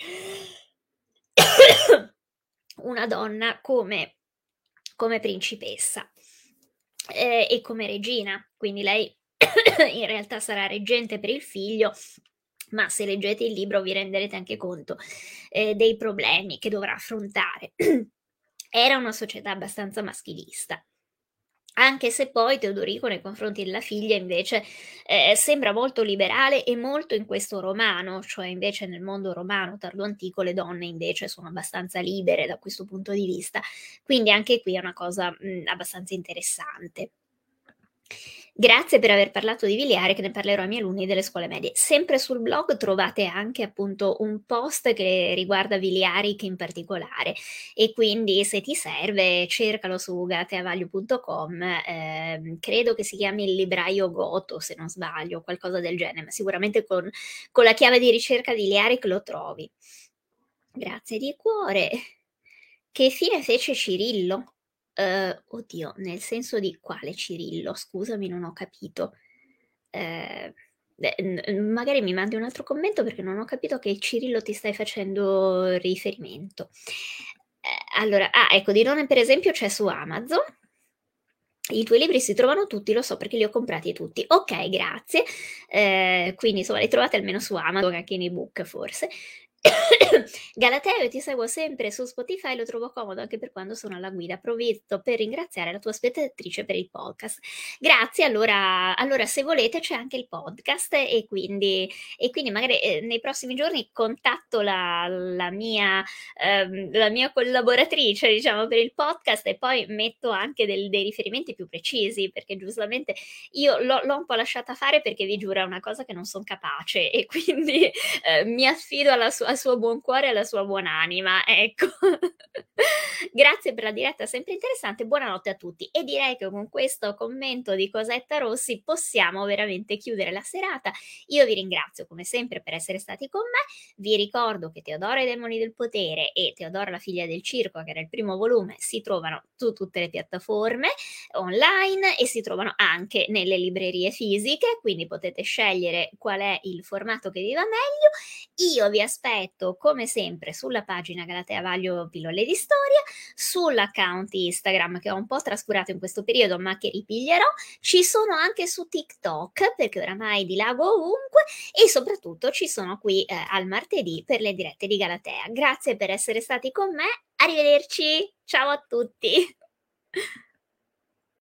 Speaker 1: Una donna come principessa, e come regina. Quindi lei in realtà sarà reggente per il figlio, ma se leggete il libro vi renderete anche conto, dei problemi che dovrà affrontare. Era una società abbastanza maschilista. Anche se poi Teodorico nei confronti della figlia invece, sembra molto liberale e molto in questo romano, cioè invece nel mondo romano tardo antico le donne invece sono abbastanza libere da questo punto di vista. Quindi anche qui è una cosa, abbastanza interessante. Grazie per aver parlato di Viliare, che ne parlerò ai miei alunni delle scuole medie. Sempre sul blog trovate anche appunto un post che riguarda Viliaric in particolare e quindi se ti serve cercalo su gateavaglio.com, credo che si chiami il libraio Goto se non sbaglio, qualcosa del genere, ma sicuramente con la chiave di ricerca Viliaric lo trovi. Grazie di cuore. Che fine fece Cirillo? Oddio, nel senso di quale Cirillo? Scusami, non ho capito. Beh, magari mi mandi un altro commento perché non ho capito a che Cirillo ti stai facendo riferimento. Allora, ecco, di Ronen per esempio c'è su Amazon. I tuoi libri si trovano tutti, lo so perché li ho comprati tutti. Ok, grazie. Quindi insomma li trovate almeno su Amazon, anche in ebook forse. Galateo, io ti seguo sempre su Spotify, lo trovo comodo anche per quando sono alla guida. Approfitto per ringraziare la tua spettatrice per il podcast. Grazie, allora se volete c'è anche il podcast e quindi magari nei prossimi giorni contatto la mia collaboratrice, diciamo, per il podcast e poi metto anche dei riferimenti più precisi, perché giustamente io l'ho un po' lasciata fare perché vi giuro è una cosa che non sono capace e quindi mi affido al suo buon cuore e alla sua buonanima, ecco. Grazie per la diretta, sempre interessante, buonanotte a tutti. E direi che con questo commento di Cosetta Rossi possiamo veramente chiudere la serata. Io vi ringrazio come sempre per essere stati con me. Vi ricordo che Teodora e i demoni del potere e Teodora la figlia del circo, che era il primo volume, si trovano su tutte le piattaforme online e si trovano anche nelle librerie fisiche, quindi potete scegliere qual è il formato che vi va meglio. Io vi aspetto come sempre sulla pagina Galatea Vaglio Pillole di Storia, sull'account Instagram che ho un po' trascurato in questo periodo ma che ripiglierò, ci sono anche su TikTok perché oramai dilago ovunque e soprattutto ci sono qui al martedì per le dirette di Galatea. Grazie per essere stati con me, arrivederci, ciao a tutti!